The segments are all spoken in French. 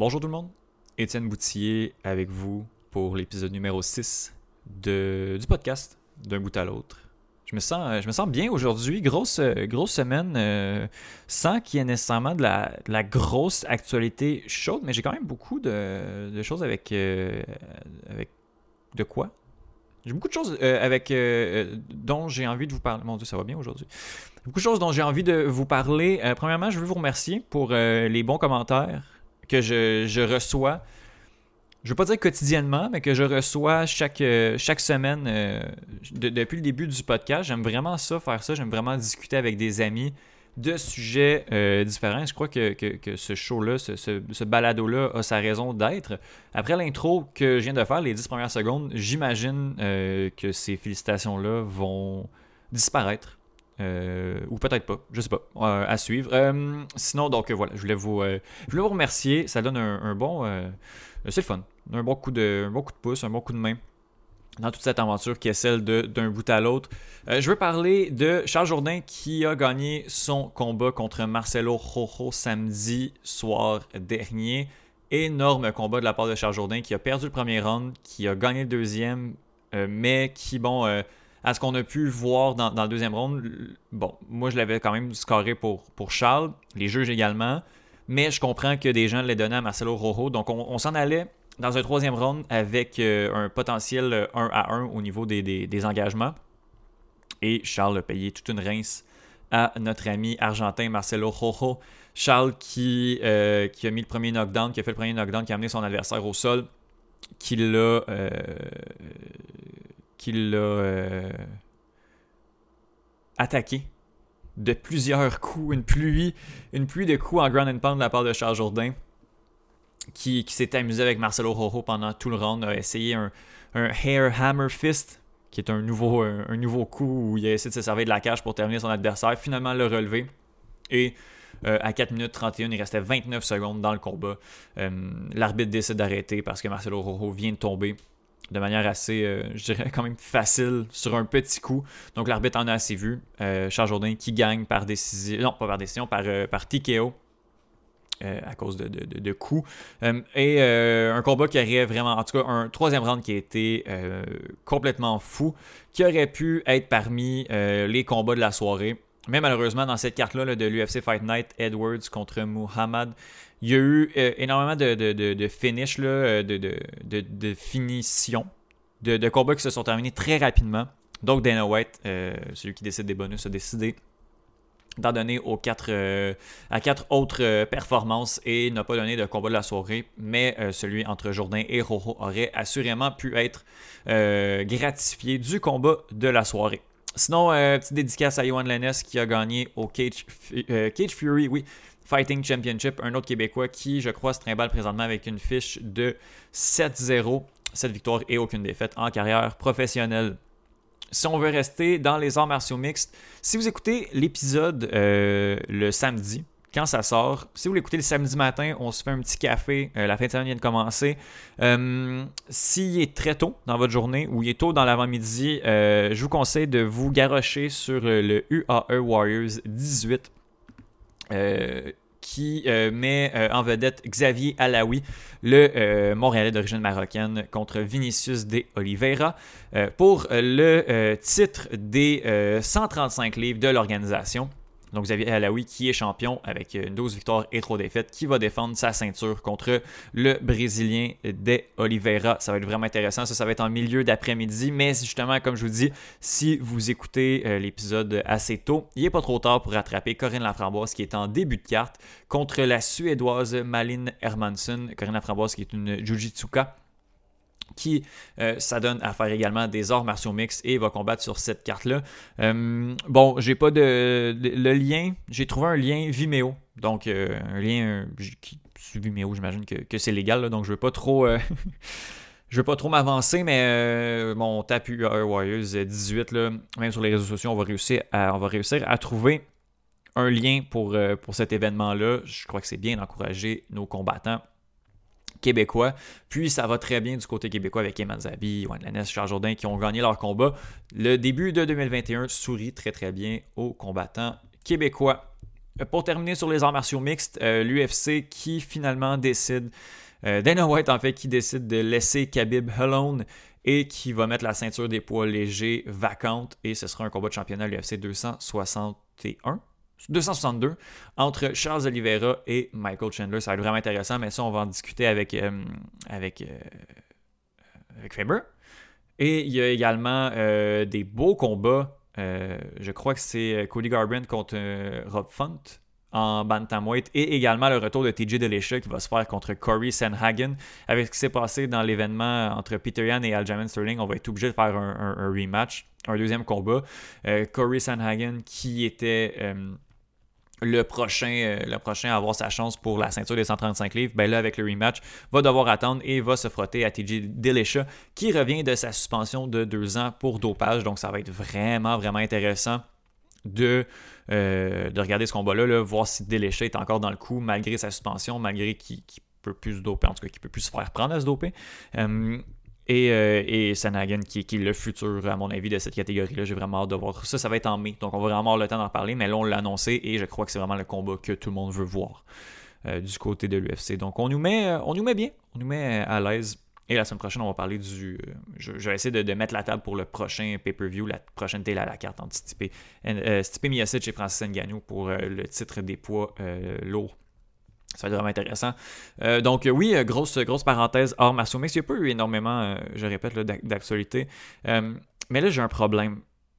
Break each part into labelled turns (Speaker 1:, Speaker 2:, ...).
Speaker 1: Bonjour tout le monde, Étienne Boutillier avec vous pour l'épisode numéro 6 du podcast D'un bout à l'autre. Je me sens bien aujourd'hui, grosse semaine, sans qu'il y ait nécessairement de la grosse actualité chaude, mais j'ai quand même beaucoup de choses avec de quoi? J'ai beaucoup de choses dont j'ai envie de vous parler. Mon Dieu, ça va bien aujourd'hui. Beaucoup de choses dont j'ai envie de vous parler. Premièrement, je veux vous remercier pour les bons commentaires que je reçois. Je ne veux pas dire quotidiennement, mais que je reçois chaque semaine depuis le début du podcast. J'aime vraiment ça, faire ça. J'aime vraiment discuter avec des amis de sujets différents. Je crois que ce show-là, ce balado-là a sa raison d'être. Après l'intro que je viens de faire, les 10 premières secondes, j'imagine que ces félicitations-là vont disparaître. Ou peut-être pas, je sais pas, à suivre. Sinon, donc voilà, je voulais vous remercier. Ça donne un bon... c'est le fun. Un bon coup de pouce, un bon coup de main dans toute cette aventure qui est celle d'un bout à l'autre. Je veux parler de Charles Jourdain qui a gagné son combat contre Marcelo Rojo samedi soir dernier. Énorme combat de la part de Charles Jourdain qui a perdu le premier round, qui a gagné le deuxième, mais qui, à ce qu'on a pu voir dans le deuxième round, moi je l'avais quand même scoré pour Charles, les juges également, mais je comprends que des gens l'aient donné à Marcelo Rojo, donc on s'en allait dans un troisième round avec un potentiel 1-1 au niveau des engagements. Et Charles a payé toute une rince à notre ami argentin Marcelo Rojo. Charles qui a mis le premier knockdown, qui a fait le premier knockdown, qui a amené son adversaire au sol, qui l'a attaqué de plusieurs coups, une pluie de coups en ground and pound de la part de Charles Jourdain, qui s'est amusé avec Marcelo Rojo pendant tout le round, a essayé un hair hammer fist, qui est un nouveau coup où il a essayé de se servir de la cage pour terminer son adversaire, finalement le relever, et à 4 minutes 31, il restait 29 secondes dans le combat. L'arbitre décide d'arrêter parce que Marcelo Rojo vient de tomber de manière assez, je dirais quand même facile, sur un petit coup. Donc l'arbitre en a assez vu. Charles Jourdain qui gagne par décision, non pas par décision, par TKO. À cause de coups. Un combat qui aurait vraiment, en tout cas, un troisième round qui a été complètement fou, qui aurait pu être parmi les combats de la soirée. Mais malheureusement, dans cette carte-là de l'UFC Fight Night, Edwards contre Muhammad, il y a eu énormément de finish, de finition, de combats qui se sont terminés très rapidement. Donc Dana White, celui qui décide des bonus, a décidé d'en donner à 4 autres performances et n'a pas donné de combat de la soirée, mais celui entre Jourdain et Rojo aurait assurément pu être gratifié du combat de la soirée. Sinon, petite dédicace à Yohan Lennes qui a gagné au Cage Fury, Fighting Championship, un autre Québécois qui, je crois, se trimballe présentement avec une fiche de 7-0, 7 victoires et aucune défaite en carrière professionnelle. Si on veut rester dans les arts martiaux mixtes, si vous écoutez l'épisode le samedi, quand ça sort, si vous l'écoutez le samedi matin, on se fait un petit café, la fin de semaine vient de commencer. S'il est très tôt dans votre journée ou il est tôt dans l'avant-midi, je vous conseille de vous garrocher sur le UAE Warriors 18. Qui met en vedette Xavier Alaoui, le Montréalais d'origine marocaine, contre Vinicius de Oliveira pour le titre des 135 livres de l'organisation. Donc Xavier Alaoui qui est champion avec 12 victoires et 3 défaites, qui va défendre sa ceinture contre le Brésilien de Oliveira. Ça va être vraiment intéressant. Ça va être en milieu d'après-midi, mais justement, comme je vous dis, si vous écoutez l'épisode assez tôt, il n'est pas trop tard pour rattraper Corinne Laframboise qui est en début de carte contre la Suédoise Malin Hermansson. Corinne Laframboise qui est une Jiu-Jitsuka qui s'adonne à faire également des arts martiaux mixtes et va combattre sur cette carte-là. J'ai pas le lien, j'ai trouvé un lien Vimeo, donc un lien Vimeo, j'imagine que c'est légal, là, donc je veux pas trop m'avancer, mais on tape Warriors 18, là, même sur les réseaux sociaux, on va réussir à trouver un lien pour cet événement-là. Je crois que c'est bien d'encourager nos combattants québécois. Puis ça va très bien du côté québécois avec Eman Zabi, Yohan Lennes, Charles Jourdain qui ont gagné leur combat. Le début de 2021 sourit très très bien aux combattants québécois. Pour terminer sur les arts martiaux mixtes, l'UFC qui finalement décide, Dana White en fait, qui décide de laisser Khabib alone et qui va mettre la ceinture des poids légers vacante, et ce sera un combat de championnat à l'UFC 262 entre Charles Oliveira et Michael Chandler. Ça va être vraiment intéressant, mais ça, on va en discuter avec Faber. Et il y a également des beaux combats. Je crois que c'est Cody Garbrandt contre Rob Font en bantamweight, et également le retour de TJ Dillashaw qui va se faire contre Corey Sandhagen. Avec ce qui s'est passé dans l'événement entre Peter Yan et Aljamain Sterling, on va être obligé de faire un rematch, un deuxième combat. Corey Sandhagen qui était le prochain à avoir sa chance pour la ceinture des 135 livres, ben là avec le rematch, va devoir attendre et va se frotter à TJ Dillashaw qui revient de sa suspension de 2 ans pour dopage. Donc ça va être vraiment, vraiment intéressant de regarder ce combat-là, là, voir si Dillashaw est encore dans le coup malgré sa suspension, malgré qu'il peut plus se doper, en tout cas qu'il peut plus se faire prendre à se doper. Et Sandhagen qui est le futur, à mon avis, de cette catégorie-là. J'ai vraiment hâte de voir ça. Ça va être en mai, donc on va vraiment avoir le temps d'en parler, mais là on l'a annoncé et je crois que c'est vraiment le combat que tout le monde veut voir du côté de l'UFC. Donc on nous met bien, on nous met à l'aise. Et la semaine prochaine, on va parler je vais essayer de mettre la table pour le prochain pay-per-view, la prochaine télé à la carte entre Stipe Miocic et Francis Ngannou pour le titre des poids lourds. Ça va être vraiment intéressant. Donc oui, grosse parenthèse hors martiaux mixtes. Il n'y a pas eu énormément, je répète, là, d'actualité. Mais là, j'ai un problème.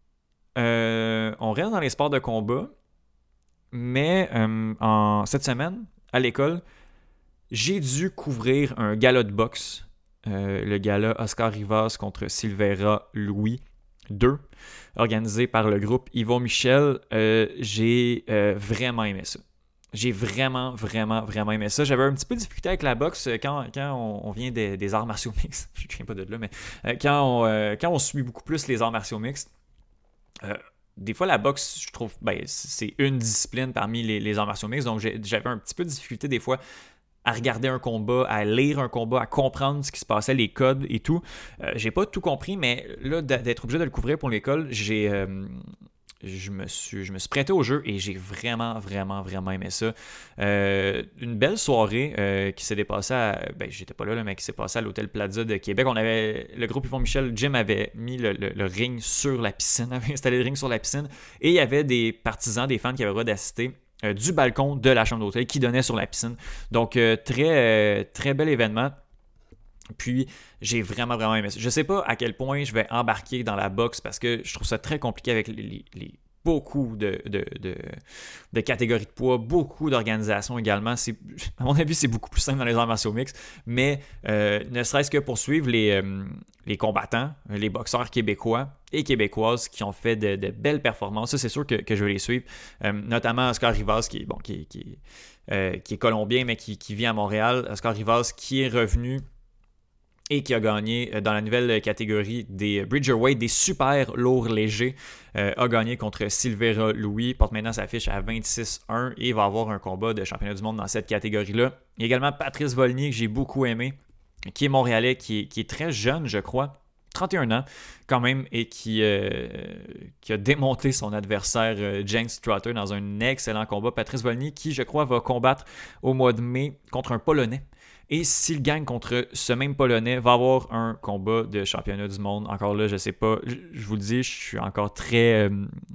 Speaker 1: On reste dans les sports de combat, mais cette semaine, à l'école, j'ai dû couvrir un gala de boxe. Le gala Oscar Rivas contre Silveira Louis 2, organisé par le groupe Yvon Michel. J'ai vraiment aimé ça. J'ai vraiment aimé ça. J'avais un petit peu de difficulté avec la boxe quand on vient des arts martiaux mixtes. Je ne viens pas de là, mais quand on suit beaucoup plus les arts martiaux mixtes, des fois la boxe, je trouve, c'est une discipline parmi les arts martiaux mixtes, donc j'avais un petit peu de difficulté des fois à regarder un combat, à lire un combat, à comprendre ce qui se passait, les codes et tout. J'ai pas tout compris, mais là, d'être obligé de le couvrir pour l'école, je me suis prêté au jeu et j'ai vraiment aimé ça. Une belle soirée qui s'est dépassée j'étais pas là, mais qui s'est passée à l'Hôtel Plaza de Québec. Le groupe Yvon Michel, Jim avait mis le ring sur la piscine, avait installé le ring sur la piscine, et il y avait des partisans, des fans qui avaient le droit d'assister du balcon de la chambre d'hôtel qui donnait sur la piscine. Donc, très bel événement. Puis, j'ai vraiment aimé ça. Je sais pas à quel point je vais embarquer dans la boxe parce que je trouve ça très compliqué avec beaucoup de catégories de poids, beaucoup d'organisations également. À mon avis, c'est beaucoup plus simple dans les arts martiaux mixtes, mais ne serait-ce que pour suivre les combattants, les boxeurs québécois et québécoises qui ont fait de belles performances. Ça, c'est sûr que je vais les suivre. Notamment Oscar Rivas, qui est colombien, mais qui vit à Montréal. Oscar Rivas qui est revenu et qui a gagné dans la nouvelle catégorie des Bridgerweight, des super lourds légers, a gagné contre Silveira Louis, porte maintenant sa fiche à 26-1 et va avoir un combat de championnat du monde dans cette catégorie-là. Il y a également Patrice Volnier, que j'ai beaucoup aimé, qui est montréalais, qui est très jeune, je crois, 31 ans quand même, et qui a démonté son adversaire James Trotter dans un excellent combat. Patrice Volnier qui, je crois, va combattre au mois de mai contre un Polonais. Et s'il gagne contre ce même Polonais, va avoir un combat de championnat du monde. Encore là, je sais pas, je vous le dis, je suis encore très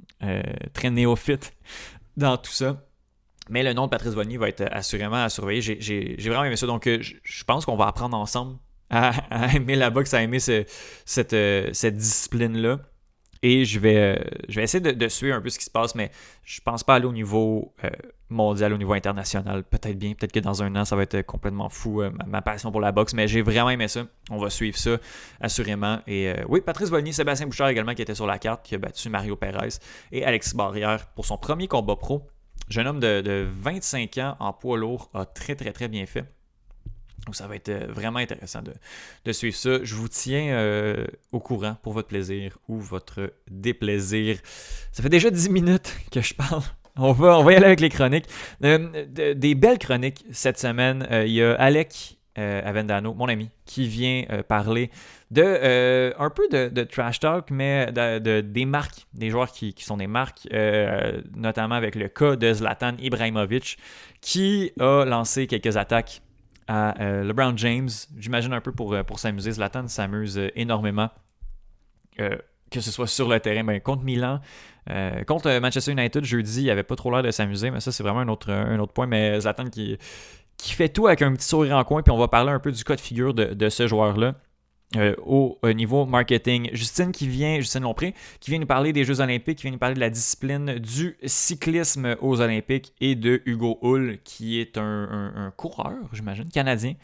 Speaker 1: néophyte dans tout ça. Mais le nom de Patrice Volnier va être assurément à surveiller. J'ai vraiment aimé ça. Donc, je pense qu'on va apprendre ensemble à aimer la boxe, à aimer cette discipline-là. Et je vais essayer de suivre un peu ce qui se passe, mais je pense pas aller au niveau mondial, au niveau international. Peut-être que dans un an, ça va être complètement fou, ma passion pour la boxe, mais j'ai vraiment aimé ça. On va suivre ça, assurément. Et oui, Patrice Volnier, Sébastien Bouchard également, qui était sur la carte, qui a battu Mario Perez et Alexis Barrière pour son premier combat pro. Jeune homme de 25 ans en poids lourd, a très bien fait. Donc, ça va être vraiment intéressant de suivre ça. Je vous tiens au courant pour votre plaisir ou votre déplaisir. Ça fait déjà 10 minutes que je parle. On va y aller avec les chroniques. Des belles chroniques cette semaine. Il y a Alec Avendano, mon ami, qui vient parler de un peu de trash talk, mais des marques, des joueurs qui sont des marques, notamment avec le cas de Zlatan Ibrahimovic, qui a lancé quelques attaques à LeBron James. J'imagine un peu pour s'amuser. Zlatan s'amuse énormément, que ce soit sur le terrain, contre Milan. Contre Manchester United jeudi, il avait pas trop l'air de s'amuser, mais ça c'est vraiment un autre point. Mais Zlatan qui fait tout avec un petit sourire en coin, puis on va parler un peu du cas de figure de ce joueur-là au niveau marketing. Justine Lompré, qui vient nous parler des Jeux Olympiques, qui vient nous parler de la discipline du cyclisme aux Olympiques, et de Hugo Hull, qui est un coureur, j'imagine, canadien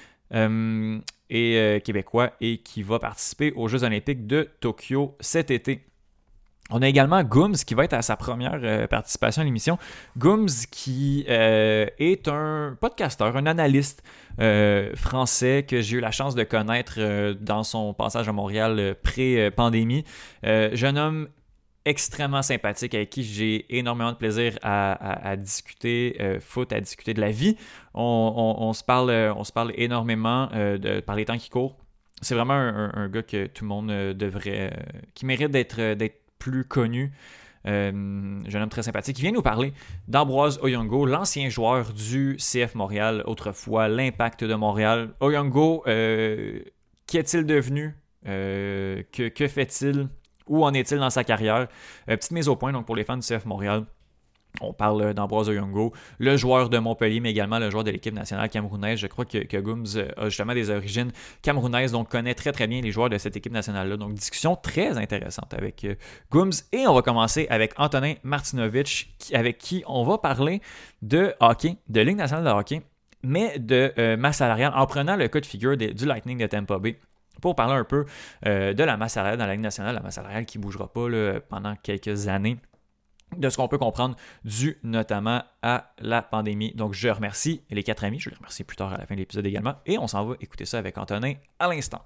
Speaker 1: et québécois, et qui va participer aux Jeux Olympiques de Tokyo cet été. On a également Gooms qui va être à sa première participation à l'émission. Gooms qui est un podcasteur, un analyste français que j'ai eu la chance de connaître dans son passage à Montréal pré-pandémie. Jeune homme extrêmement sympathique avec qui j'ai énormément de plaisir à discuter foot, à discuter de la vie. On se parle énormément par les temps qui courent. C'est vraiment un gars que tout le monde devrait... qui mérite d'être plus connu. Jeune homme très sympathique. Il vient nous parler d'Ambroise Oyongo, l'ancien joueur du CF Montréal, autrefois l'Impact de Montréal. Oyongo, qu'est-il devenu? Que fait-il? Où en est-il dans sa carrière? Petite mise au point donc pour les fans du CF Montréal. On parle d'Ambroise Oyongo, le joueur de Montpellier, mais également le joueur de l'équipe nationale camerounaise. Je crois que Gooms a justement des origines camerounaises, donc connaît très très bien les joueurs de cette équipe nationale-là. Donc discussion très intéressante avec Gooms. Et on va commencer avec Antonin Martinovic, avec qui on va parler de hockey, de Ligue nationale de hockey, mais de masse salariale, en prenant le cas de figure du Lightning de Tampa Bay, pour parler un peu de la masse salariale dans la Ligue nationale, la masse salariale qui ne bougera pas pendant quelques années, de ce qu'on peut comprendre dû notamment à la pandémie. Donc je remercie les 4 amis, je les remercie plus tard à la fin de l'épisode également, et on s'en va écouter ça avec Antonin à l'instant.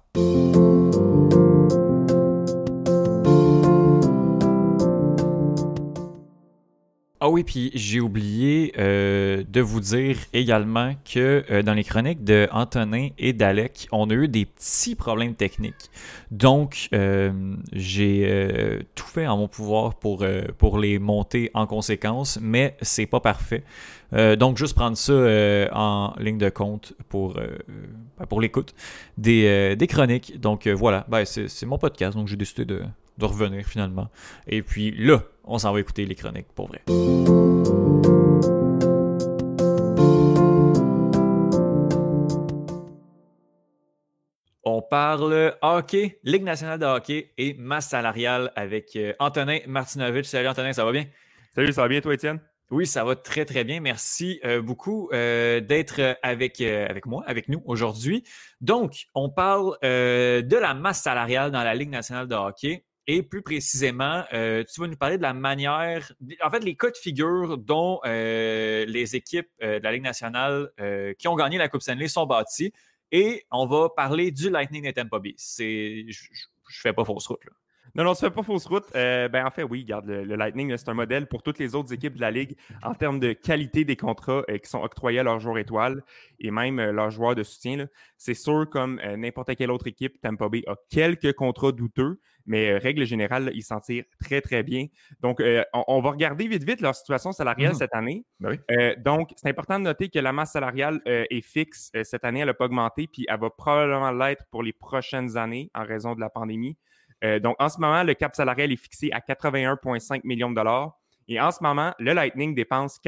Speaker 1: Ah oui, puis j'ai oublié de vous dire également que dans les chroniques de Antonin et d'Alec, on a eu des petits problèmes techniques. Donc, j'ai tout fait en mon pouvoir pour les monter en conséquence, mais c'est pas parfait. Donc, juste prendre ça en ligne de compte pour l'écoute des chroniques. Donc, voilà, c'est mon podcast, donc j'ai décidé de revenir finalement. Et puis là, on s'en va écouter les chroniques pour vrai. On parle hockey, Ligue nationale de hockey et masse salariale avec Antonin Martinovic. Salut Antonin, ça va bien?
Speaker 2: Salut, ça va bien toi Étienne?
Speaker 1: Oui, ça va très très bien. Merci beaucoup d'être avec moi, avec nous aujourd'hui. Donc, on parle de la masse salariale dans la Ligue nationale de hockey. Et plus précisément, tu vas nous parler de la manière, en fait, les cas de figure dont les équipes de la Ligue nationale qui ont gagné la Coupe Stanley sont bâties. Et on va parler du Lightning de Tampa Bay. Je fais pas fausse route, là.
Speaker 2: Non, tu fais pas fausse route. En fait, oui, regarde, le Lightning, c'est un modèle pour toutes les autres équipes de la Ligue en termes de qualité des contrats qui sont octroyés à leurs joueurs étoiles et même leurs joueurs de soutien. Là. C'est sûr, comme n'importe quelle autre équipe, Tampa Bay a quelques contrats douteux, mais règle générale, là, ils s'en tirent très, très bien. Donc, on va regarder vite leur situation salariale cette année.
Speaker 1: Ben oui.
Speaker 2: Donc, c'est important de noter que la masse salariale est fixe. Cette année, elle n'a pas augmenté, puis elle va probablement l'être pour les prochaines années en raison de la pandémie. Donc, en ce moment, le cap salarial est fixé à 81,5 millions de dollars. Et en ce moment, le Lightning dépense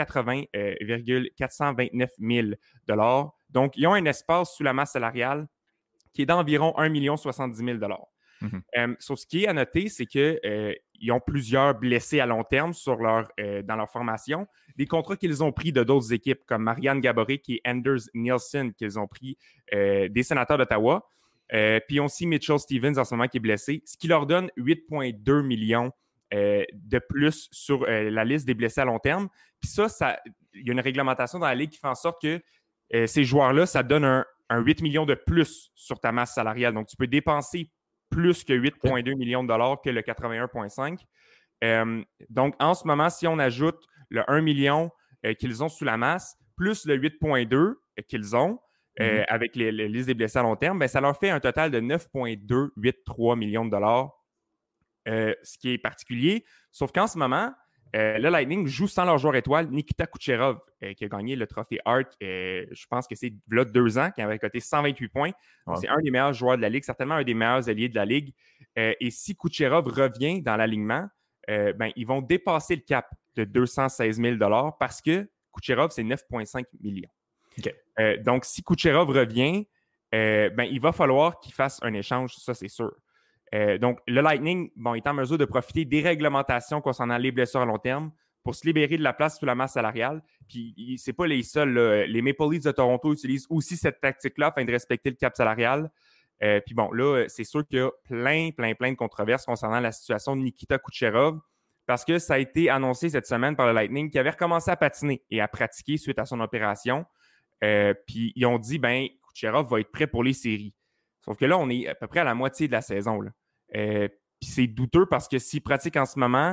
Speaker 2: 80,429 000 dollars. Donc, ils ont un espace sous la masse salariale qui est d'environ 1 070 000 dollars. Sauf ce qui est à noter, c'est qu'ils ont plusieurs blessés à long terme dans leur formation. Des contrats qu'ils ont pris de d'autres équipes, comme Marianne Gaborik et Anders Nielsen, qu'ils ont pris des Sénateurs d'Ottawa. Puis ils ont aussi Mitchell Stevens en ce moment qui est blessé, ce qui leur donne 8,2 millions de plus sur la liste des blessés à long terme. Puis ça, il y a une réglementation dans la Ligue qui fait en sorte que ces joueurs-là, ça donne un 8 millions de plus sur ta masse salariale. Donc, tu peux dépenser plus que 8,2 millions de dollars que le 81,5. Donc, en ce moment, si on ajoute le 1 million qu'ils ont sous la masse, plus le 8,2 qu'ils ont, avec les listes des blessés à long terme, ça leur fait un total de 9,283 millions de dollars, ce qui est particulier. Sauf qu'en ce moment, le Lightning joue sans leur joueur étoile, Nikita Kucherov, qui a gagné le trophée Hart, je pense que c'est là 2 ans, qui avait coté 128 points. Donc, c'est un des meilleurs joueurs de la Ligue, certainement un des meilleurs alliés de la Ligue. Et si Kucherov revient dans l'alignement, ils vont dépasser le cap de 216 000 $ parce que Kucherov, c'est 9,5 millions.
Speaker 1: Okay.
Speaker 2: Donc, si Kucherov revient, il va falloir qu'il fasse un échange, ça, c'est sûr. Donc, le Lightning est en mesure de profiter des réglementations concernant les blessures à long terme pour se libérer de la place sous la masse salariale. Puis, c'est pas les seuls. Là. Les Maple Leafs de Toronto utilisent aussi cette tactique-là afin de respecter le cap salarial. Puis bon, là, c'est sûr qu'il y a plein de controverses concernant la situation de Nikita Kucherov parce que ça a été annoncé cette semaine par le Lightning qu'il avait recommencé à patiner et à pratiquer suite à son opération. Puis, ils ont dit, Kucherov va être prêt pour les séries. Sauf que là, on est à peu près à la moitié de la saison. Là. Puis c'est douteux parce que s'il pratique en ce moment,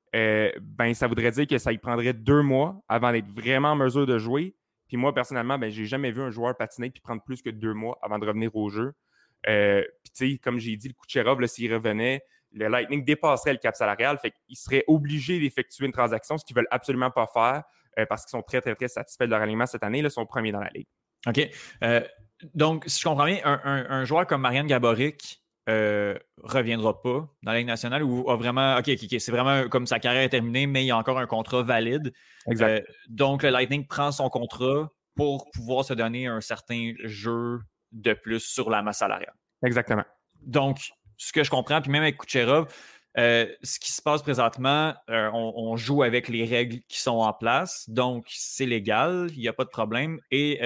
Speaker 2: ça voudrait dire que ça lui prendrait 2 mois avant d'être vraiment en mesure de jouer. Puis moi, personnellement, j'ai jamais vu un joueur patiner puis prendre plus que 2 mois avant de revenir au jeu. Puis tu sais, comme j'ai dit, le Kucherov, là, s'il revenait, le Lightning dépasserait le cap salarial. Fait qu'ils seraient obligés d'effectuer une transaction, ce qu'ils ne veulent absolument pas faire parce qu'ils sont très, très, très satisfaits de leur alignement cette année. Là, ils sont premiers dans la Ligue.
Speaker 1: OK. Donc, si je comprends bien, un joueur comme Marian Gaborik reviendra pas dans la Ligue nationale ou a vraiment. OK, c'est vraiment comme sa carrière est terminée, mais il y a encore un contrat valide.
Speaker 2: Exact.
Speaker 1: Donc, le Lightning prend son contrat pour pouvoir se donner un certain jeu de plus sur la masse salariale.
Speaker 2: Exactement.
Speaker 1: Donc, ce que je comprends, puis même avec Kucherov, ce qui se passe présentement, on joue avec les règles qui sont en place, donc c'est légal, il n'y a pas de problème. Et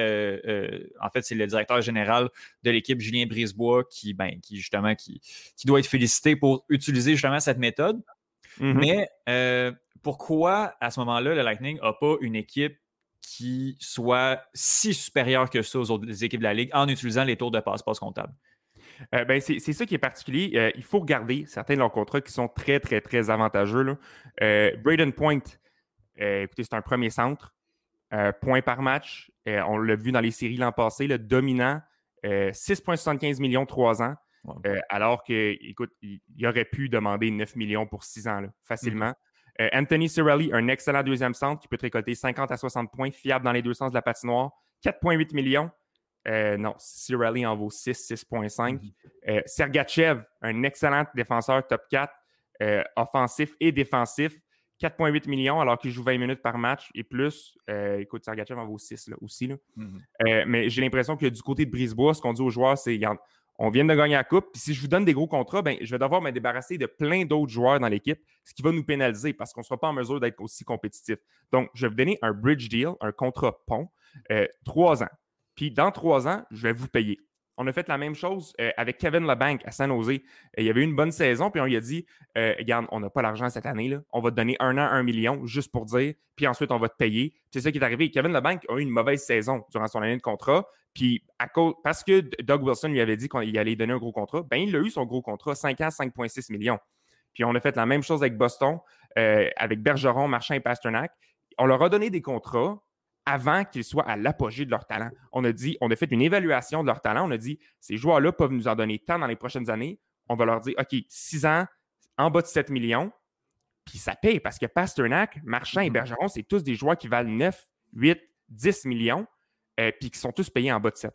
Speaker 1: en fait, c'est le directeur général de l'équipe, Julien Brisebois, qui doit être félicité pour utiliser justement cette méthode.
Speaker 2: Mm-hmm.
Speaker 1: Mais pourquoi, à ce moment-là, le Lightning n'a pas une équipe qui soit si supérieure que ça aux autres équipes de la Ligue en utilisant les tours de passe-passe comptable?
Speaker 2: C'est ça qui est particulier. Il faut regarder certains de leurs contrats qui sont très, très, très avantageux. Là. Brayden Point, écoutez, c'est un premier centre. Points par match. On l'a vu dans les séries l'an passé, le dominant. 6,75 millions 3 ans. Wow. Alors que, écoute, il aurait pu demander 9 millions pour 6 ans, là, facilement. Anthony Cirelli, un excellent deuxième centre qui peut te récolter 50 à 60 points, fiable dans les deux sens de la patinoire. 4,8 millions. Non, Cirelli en vaut 6, 6,5. Sergachev, un excellent défenseur top 4, offensif et défensif. 4,8 millions alors qu'il joue 20 minutes par match et plus. Écoute, Sergachev en vaut 6 là, aussi. Là. Mais j'ai l'impression que du côté de Brisebois, ce qu'on dit aux joueurs, c'est on vient de gagner la coupe. Puis si je vous donne des gros contrats, je vais devoir me débarrasser de plein d'autres joueurs dans l'équipe, ce qui va nous pénaliser parce qu'on ne sera pas en mesure d'être aussi compétitif. Donc, je vais vous donner un bridge deal, un contrat pont, 3 ans. Puis dans 3 ans, je vais vous payer. On a fait la même chose avec Kevin Labanc à San Jose. Il y avait eu une bonne saison, puis on lui a dit regarde, on n'a pas l'argent cette année, là. On va te donner 1 an, 1 million, juste pour dire, puis ensuite, on va te payer. Puis c'est ça qui est arrivé. Kevin Labanc a eu une mauvaise saison durant son année de contrat, puis parce que Doug Wilson lui avait dit qu'il allait donner un gros contrat, il a eu son gros contrat, 5 ans, 5,6 millions. Puis on a fait la même chose avec Boston, avec Bergeron, Marchand et Pastrnak. On leur a donné des contrats avant qu'ils soient à l'apogée de leur talent. On a fait une évaluation de leur talent. On a dit, ces joueurs-là peuvent nous en donner tant dans les prochaines années. On va leur dire, OK, 6 ans, en bas de 7 millions. Puis ça paye parce que Pastrnak, Marchand et Bergeron, c'est tous des joueurs qui valent 9, 8, 10 millions, puis qui sont tous payés en bas de 7.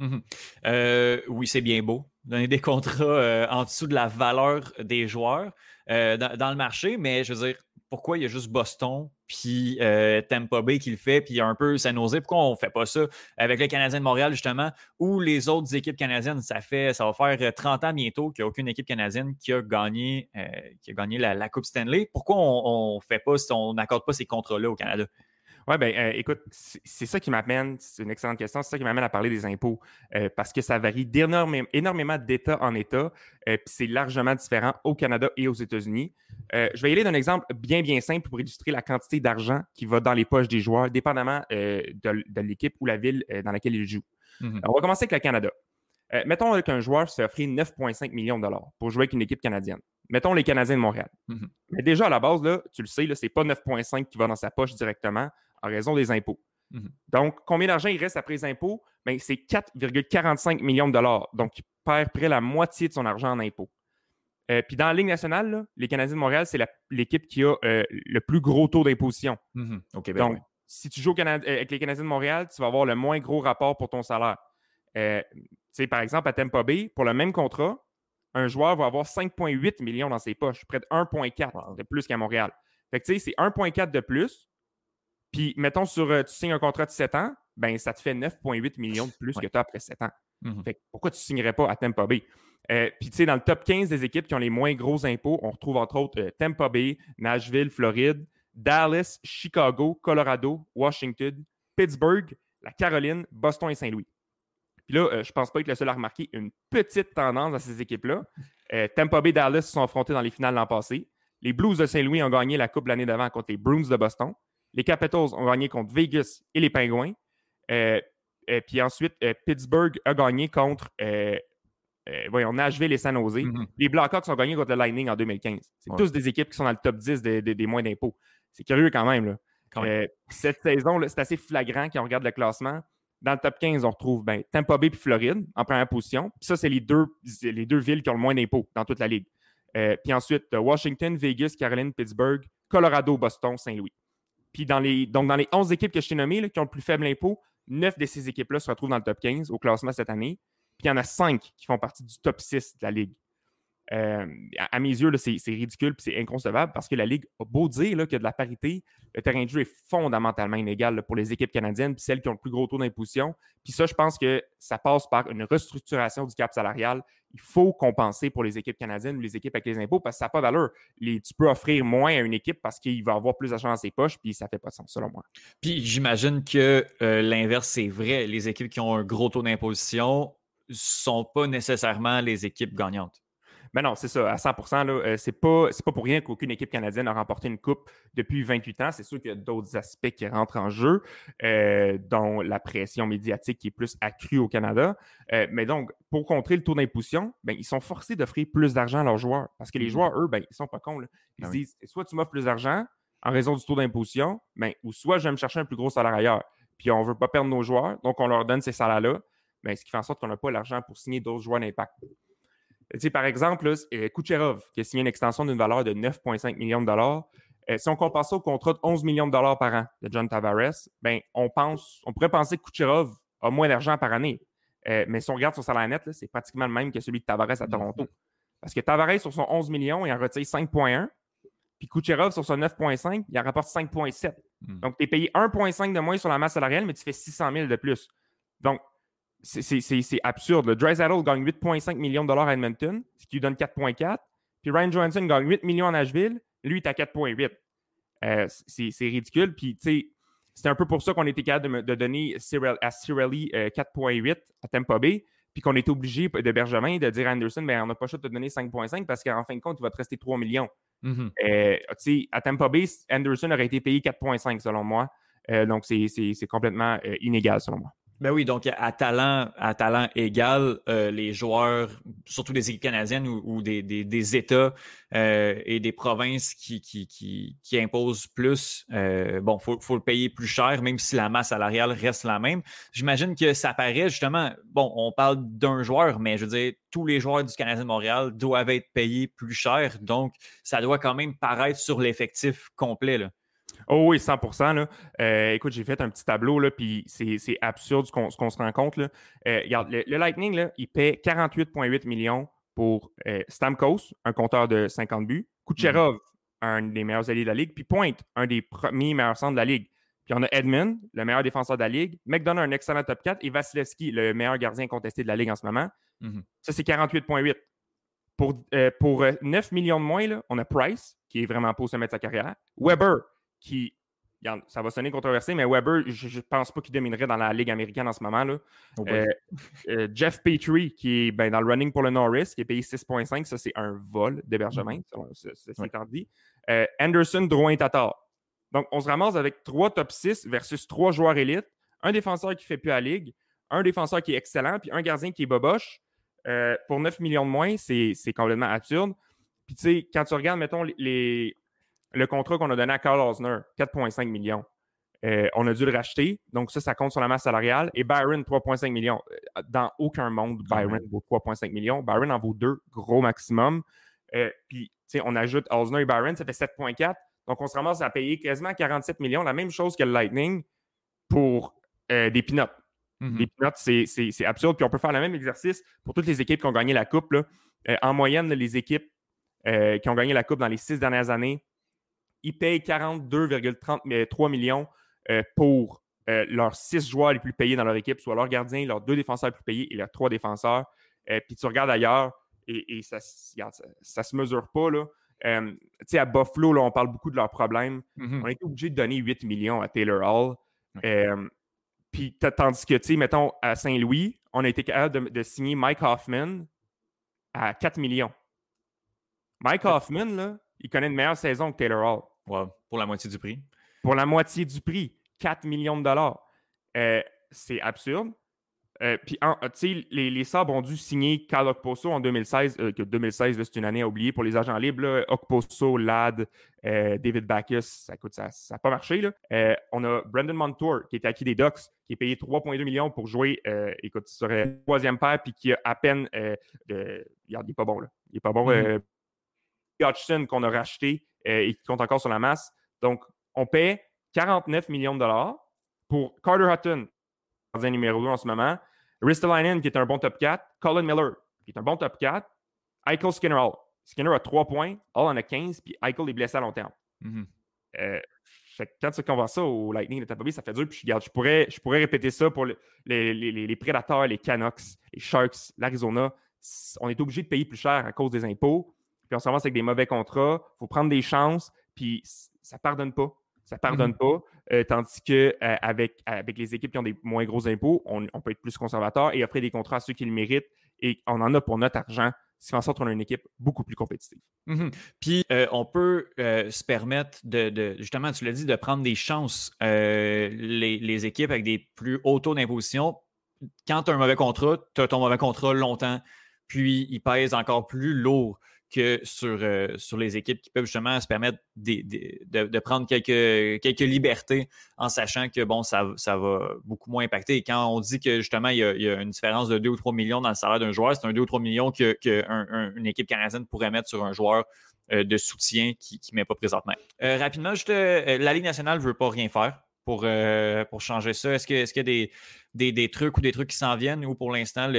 Speaker 1: Oui, c'est bien beau. Donner des contrats en dessous de la valeur des joueurs dans le marché, mais je veux dire, pourquoi il y a juste Boston puis Tampa Bay qui le fait, puis un peu San Jose? Pourquoi on ne fait pas ça avec le Canadien de Montréal, justement, ou les autres équipes canadiennes? Ça va faire 30 ans bientôt qu'il n'y a aucune équipe canadienne qui a gagné la Coupe Stanley. Pourquoi on fait pas, on n'accorde pas ces contrats-là au Canada?
Speaker 2: Oui, écoute, c'est ça qui m'amène, c'est une excellente question, c'est ça qui m'amène à parler des impôts, parce que ça varie énormément d'État en État, puis c'est largement différent au Canada et aux États-Unis. Je vais y aller d'un exemple bien, bien simple pour illustrer la quantité d'argent qui va dans les poches des joueurs, dépendamment de l'équipe ou la ville dans laquelle ils jouent. On va commencer avec le Canada. Mettons qu'un joueur se fait offrir 9,5 millions de dollars pour jouer avec une équipe canadienne. Mettons les Canadiens de Montréal. Mais déjà, à la base, là, tu le sais, là, c'est pas 9,5 qui va dans sa poche directement en raison des impôts.
Speaker 1: Mm-hmm.
Speaker 2: Donc, combien d'argent il reste après les impôts? Ben, c'est 4,45 millions de dollars. Donc, il perd près la moitié de son argent en impôts. Puis dans la Ligue nationale, là, les Canadiens de Montréal, c'est l'équipe qui a le plus gros taux d'imposition.
Speaker 1: Mm-hmm. Au Québec,
Speaker 2: Donc,
Speaker 1: oui.
Speaker 2: si tu joues avec les Canadiens de Montréal, tu vas avoir le moins gros rapport pour ton salaire. Par exemple, à Tampa Bay, pour le même contrat, un joueur va avoir 5,8 millions dans ses poches, près de 1,4 de plus qu'à Montréal. Fait que tu sais, c'est 1,4 de plus. Puis, mettons, tu signes un contrat de 7 ans, ben ça te fait 9,8 millions de plus que tu as après 7 ans.
Speaker 1: Mm-hmm.
Speaker 2: Fait que pourquoi tu ne signerais pas à Tampa Bay? Puis, tu sais, dans le top 15 des équipes qui ont les moins gros impôts, on retrouve entre autres Tampa Bay, Nashville, Floride, Dallas, Chicago, Colorado, Washington, Pittsburgh, la Caroline, Boston et Saint-Louis. Puis là, je pense pas être le seul à remarquer une petite tendance à ces équipes-là. Tampa Bay et Dallas se sont affrontés dans les finales l'an passé. Les Blues de Saint-Louis ont gagné la Coupe l'année d'avant contre les Bruins de Boston. Les Capitals ont gagné contre Vegas et les Penguins. Puis ensuite, Pittsburgh a gagné contre Nashville et San Jose.
Speaker 1: Mm-hmm.
Speaker 2: Les Blackhawks ont gagné contre le Lightning en 2015. C'est tous des équipes qui sont dans le top 10 des moins d'impôts. C'est curieux quand même. Là. Cette saison, là, c'est assez flagrant quand on regarde le classement. Dans le top 15, on retrouve Tampa Bay et Floride en première position. Puis ça, c'est les deux villes qui ont le moins d'impôts dans toute la ligue. Puis ensuite, Washington, Vegas, Caroline, Pittsburgh, Colorado, Boston, Saint-Louis. Puis dans les 11 équipes que je t'ai nommées là, qui ont le plus faible impôt, 9 de ces équipes-là se retrouvent dans le top 15 au classement cette année. Puis il y en a 5 qui font partie du top 6 de la Ligue. À mes yeux, là, c'est ridicule et c'est inconcevable parce que la Ligue a beau dire là, qu'il y a de la parité, le terrain de jeu est fondamentalement inégal là, pour les équipes canadiennes puis celles qui ont le plus gros taux d'imposition. Puis ça, je pense que ça passe par une restructuration du cap salarial. Il faut compenser pour les équipes canadiennes ou les équipes avec les impôts parce que ça n'a pas de valeur. Tu peux offrir moins à une équipe parce qu'il va avoir plus d'argent dans ses poches puis ça ne fait pas de sens, selon moi.
Speaker 1: Puis j'imagine que l'inverse, c'est vrai. Les équipes qui ont un gros taux d'imposition ne sont pas nécessairement les équipes gagnantes.
Speaker 2: Mais non, c'est ça, à 100%. Là, c'est pas pour rien qu'aucune équipe canadienne a remporté une coupe depuis 28 ans. C'est sûr qu'il y a d'autres aspects qui rentrent en jeu, dont la pression médiatique qui est plus accrue au Canada. Mais donc, pour contrer le taux d'imposition, ils sont forcés d'offrir plus d'argent à leurs joueurs. Parce que les joueurs, eux, ils sont pas cons. Là. Ils se disent, soit tu m'offres plus d'argent en raison du taux d'imposition, ou soit je vais me chercher un plus gros salaire ailleurs. Puis on ne veut pas perdre nos joueurs, donc on leur donne ces salaires-là. Ce qui fait en sorte qu'on n'a pas l'argent pour signer d'autres joueurs d'impact. Par exemple, là, Kucherov, qui a signé une extension d'une valeur de 9,5 millions de dollars. Si on compare ça au contrat de 11 millions de dollars par an de John Tavares, on pourrait penser que Kucherov a moins d'argent par année. Mais si on regarde son salaire net, là, c'est pratiquement le même que celui de Tavares à Toronto. Parce que Tavares, sur son 11 millions, il en retire 5,1. Puis Kucherov, sur son 9,5, il en rapporte 5,7. Donc, tu es payé 1,5 de moins sur la masse salariale, mais tu fais 600 000 de plus. Donc, c'est absurde. Draisaitl gagne 8,5 millions de dollars à Edmonton, ce qui lui donne 4,4. Puis Ryan Johansson gagne 8 millions à Nashville, lui, il est à 4,8. C'est ridicule. Puis, tu sais, c'est un peu pour ça qu'on était capable de donner à Cirelli 4,8 à Tampa Bay, puis qu'on était obligé de Bergevin de dire à Anderson, on n'a pas le choix de te donner 5,5 parce qu'en fin de compte, il va te rester 3 millions. À Tampa Bay, Anderson aurait été payé 4,5 selon moi. Donc, c'est complètement inégal selon moi.
Speaker 1: Ben oui, donc à talent égal, les joueurs, surtout des équipes canadiennes ou des États et des provinces qui imposent plus, faut le payer plus cher, même si la masse salariale reste la même. J'imagine que ça paraît justement, on parle d'un joueur, mais je veux dire, tous les joueurs du Canadien de Montréal doivent être payés plus cher, donc ça doit quand même paraître sur l'effectif complet, là.
Speaker 2: Oh oui, 100%. Là. Écoute, j'ai fait un petit tableau, là, puis c'est absurde ce qu'on se rend compte. Là. Regarde, le Lightning, là, il paie 48,8 millions pour Stamkos, un compteur de 50 buts, Kucherov, un des meilleurs alliés de la Ligue, puis Pointe, un des premiers meilleurs centres de la Ligue. Puis on a Edmund, le meilleur défenseur de la Ligue, McDonough, un excellent top 4, et Vasilevski, le meilleur gardien contesté de la Ligue en ce moment. Ça, c'est 48,8. Pour 9 millions de moins, là, on a Price, qui est vraiment pas au sommet de sa carrière, Weber, qui, ça va sonner controversé, mais Weber, je ne pense pas qu'il dominerait dans la Ligue américaine en ce moment. Là. Jeff Petrie, qui est dans le running pour le Norris, qui est payé 6,5. Ça, c'est un vol d'hébergement, c'est étant dit. Anderson, Drouin et Tatar. Donc, on se ramasse avec 3 top 6 versus 3 joueurs élites, un défenseur qui ne fait plus la Ligue, un défenseur qui est excellent, puis un gardien qui est boboche. Pour 9 millions de moins, c'est complètement absurde. Puis, tu sais, quand tu regardes, mettons, le contrat qu'on a donné à Karl Osner, 4,5 millions. On a dû le racheter. Donc, ça compte sur la masse salariale. Et Byron, 3,5 millions. Dans aucun monde, Byron vaut 3,5 millions. Byron en vaut 2, gros maximum. Puis, on ajoute Osner et Byron, ça fait 7,4. Donc, on se ramasse à payer quasiment 47 millions, la même chose que le Lightning pour des peanuts. Les peanuts, c'est absurde. Puis, on peut faire le même exercice pour toutes les équipes qui ont gagné la Coupe. Là. En moyenne, les équipes qui ont gagné la Coupe dans les 6 dernières années, ils payent 42,33 millions pour leurs 6 joueurs les plus payés dans leur équipe, soit leurs gardiens, leurs 2 défenseurs les plus payés et leurs 3 défenseurs. Puis tu regardes ailleurs et ça se mesure pas. Là. À Buffalo, là, on parle beaucoup de leurs problèmes. On a été obligé de donner 8 millions à Taylor Hall. Puis tandis que, mettons, à Saint-Louis, on a été capable de signer Mike Hoffman à 4 millions. Mike Hoffman, là, il connaît une meilleure saison que Taylor Hall.
Speaker 1: Wow. Pour la moitié du prix.
Speaker 2: Pour la moitié du prix. 4 millions de dollars. C'est absurde. Puis, les Sabres ont dû signer Kyle Okposo en 2016. Que 2016, là, c'est une année à oublier pour les agents libres. Là. Okposo, Ladd, David Backes, ça n'a pas marché. Là. On a Brendan Montour, qui est acquis des Ducks, qui est payé 3,2 millions pour jouer. Écoute, il serait le troisième paire, puis qui a à peine. Il n'est pas bon. Là. Il n'est pas bon. Hodgson, qu'on a racheté et qui compte encore sur la masse. Donc, on paie 49 millions de dollars pour Carter Hutton, gardien numéro 2 en ce moment. Ristolainen, qui est un bon top 4. Colin Miller, qui est un bon top 4. Eichel Skinner Hall. Skinner a 3 points. Hall en a 15. Puis Eichel est blessé à long terme. Quand tu compares ça au Lightning de Tampa Bay, ça fait dur. Puis je pourrais répéter ça pour les Predators, les Canucks, les Sharks, l'Arizona. On est obligé de payer plus cher à cause des impôts. Puis on se ramasse avec des mauvais contrats. Il faut prendre des chances. Puis ça ne pardonne pas. Ça ne pardonne pas. Tandis qu'avec les équipes qui ont des moins gros impôts, on peut être plus conservateur et offrir des contrats à ceux qui le méritent. Et on en a pour notre argent, ce qui fait en sorte qu'on a une équipe beaucoup plus compétitive.
Speaker 1: Puis, on peut se permettre justement, tu l'as dit, de prendre des chances. Les équipes avec des plus hauts taux d'imposition, quand tu as un mauvais contrat, tu as ton mauvais contrat longtemps. Puis, il pèse encore plus lourd que sur les équipes qui peuvent justement se permettre de prendre quelques libertés en sachant que bon, ça va beaucoup moins impacter. Et quand on dit que justement il y a une différence de 2 ou 3 millions dans le salaire d'un joueur, c'est un 2 ou 3 millions qu'une équipe canadienne pourrait mettre sur un joueur de soutien qui ne met pas présentement. Rapidement, juste la Ligue nationale ne veut pas rien faire pour changer ça. Est-ce qu'il y a des trucs ou des trucs qui s'en viennent ou pour l'instant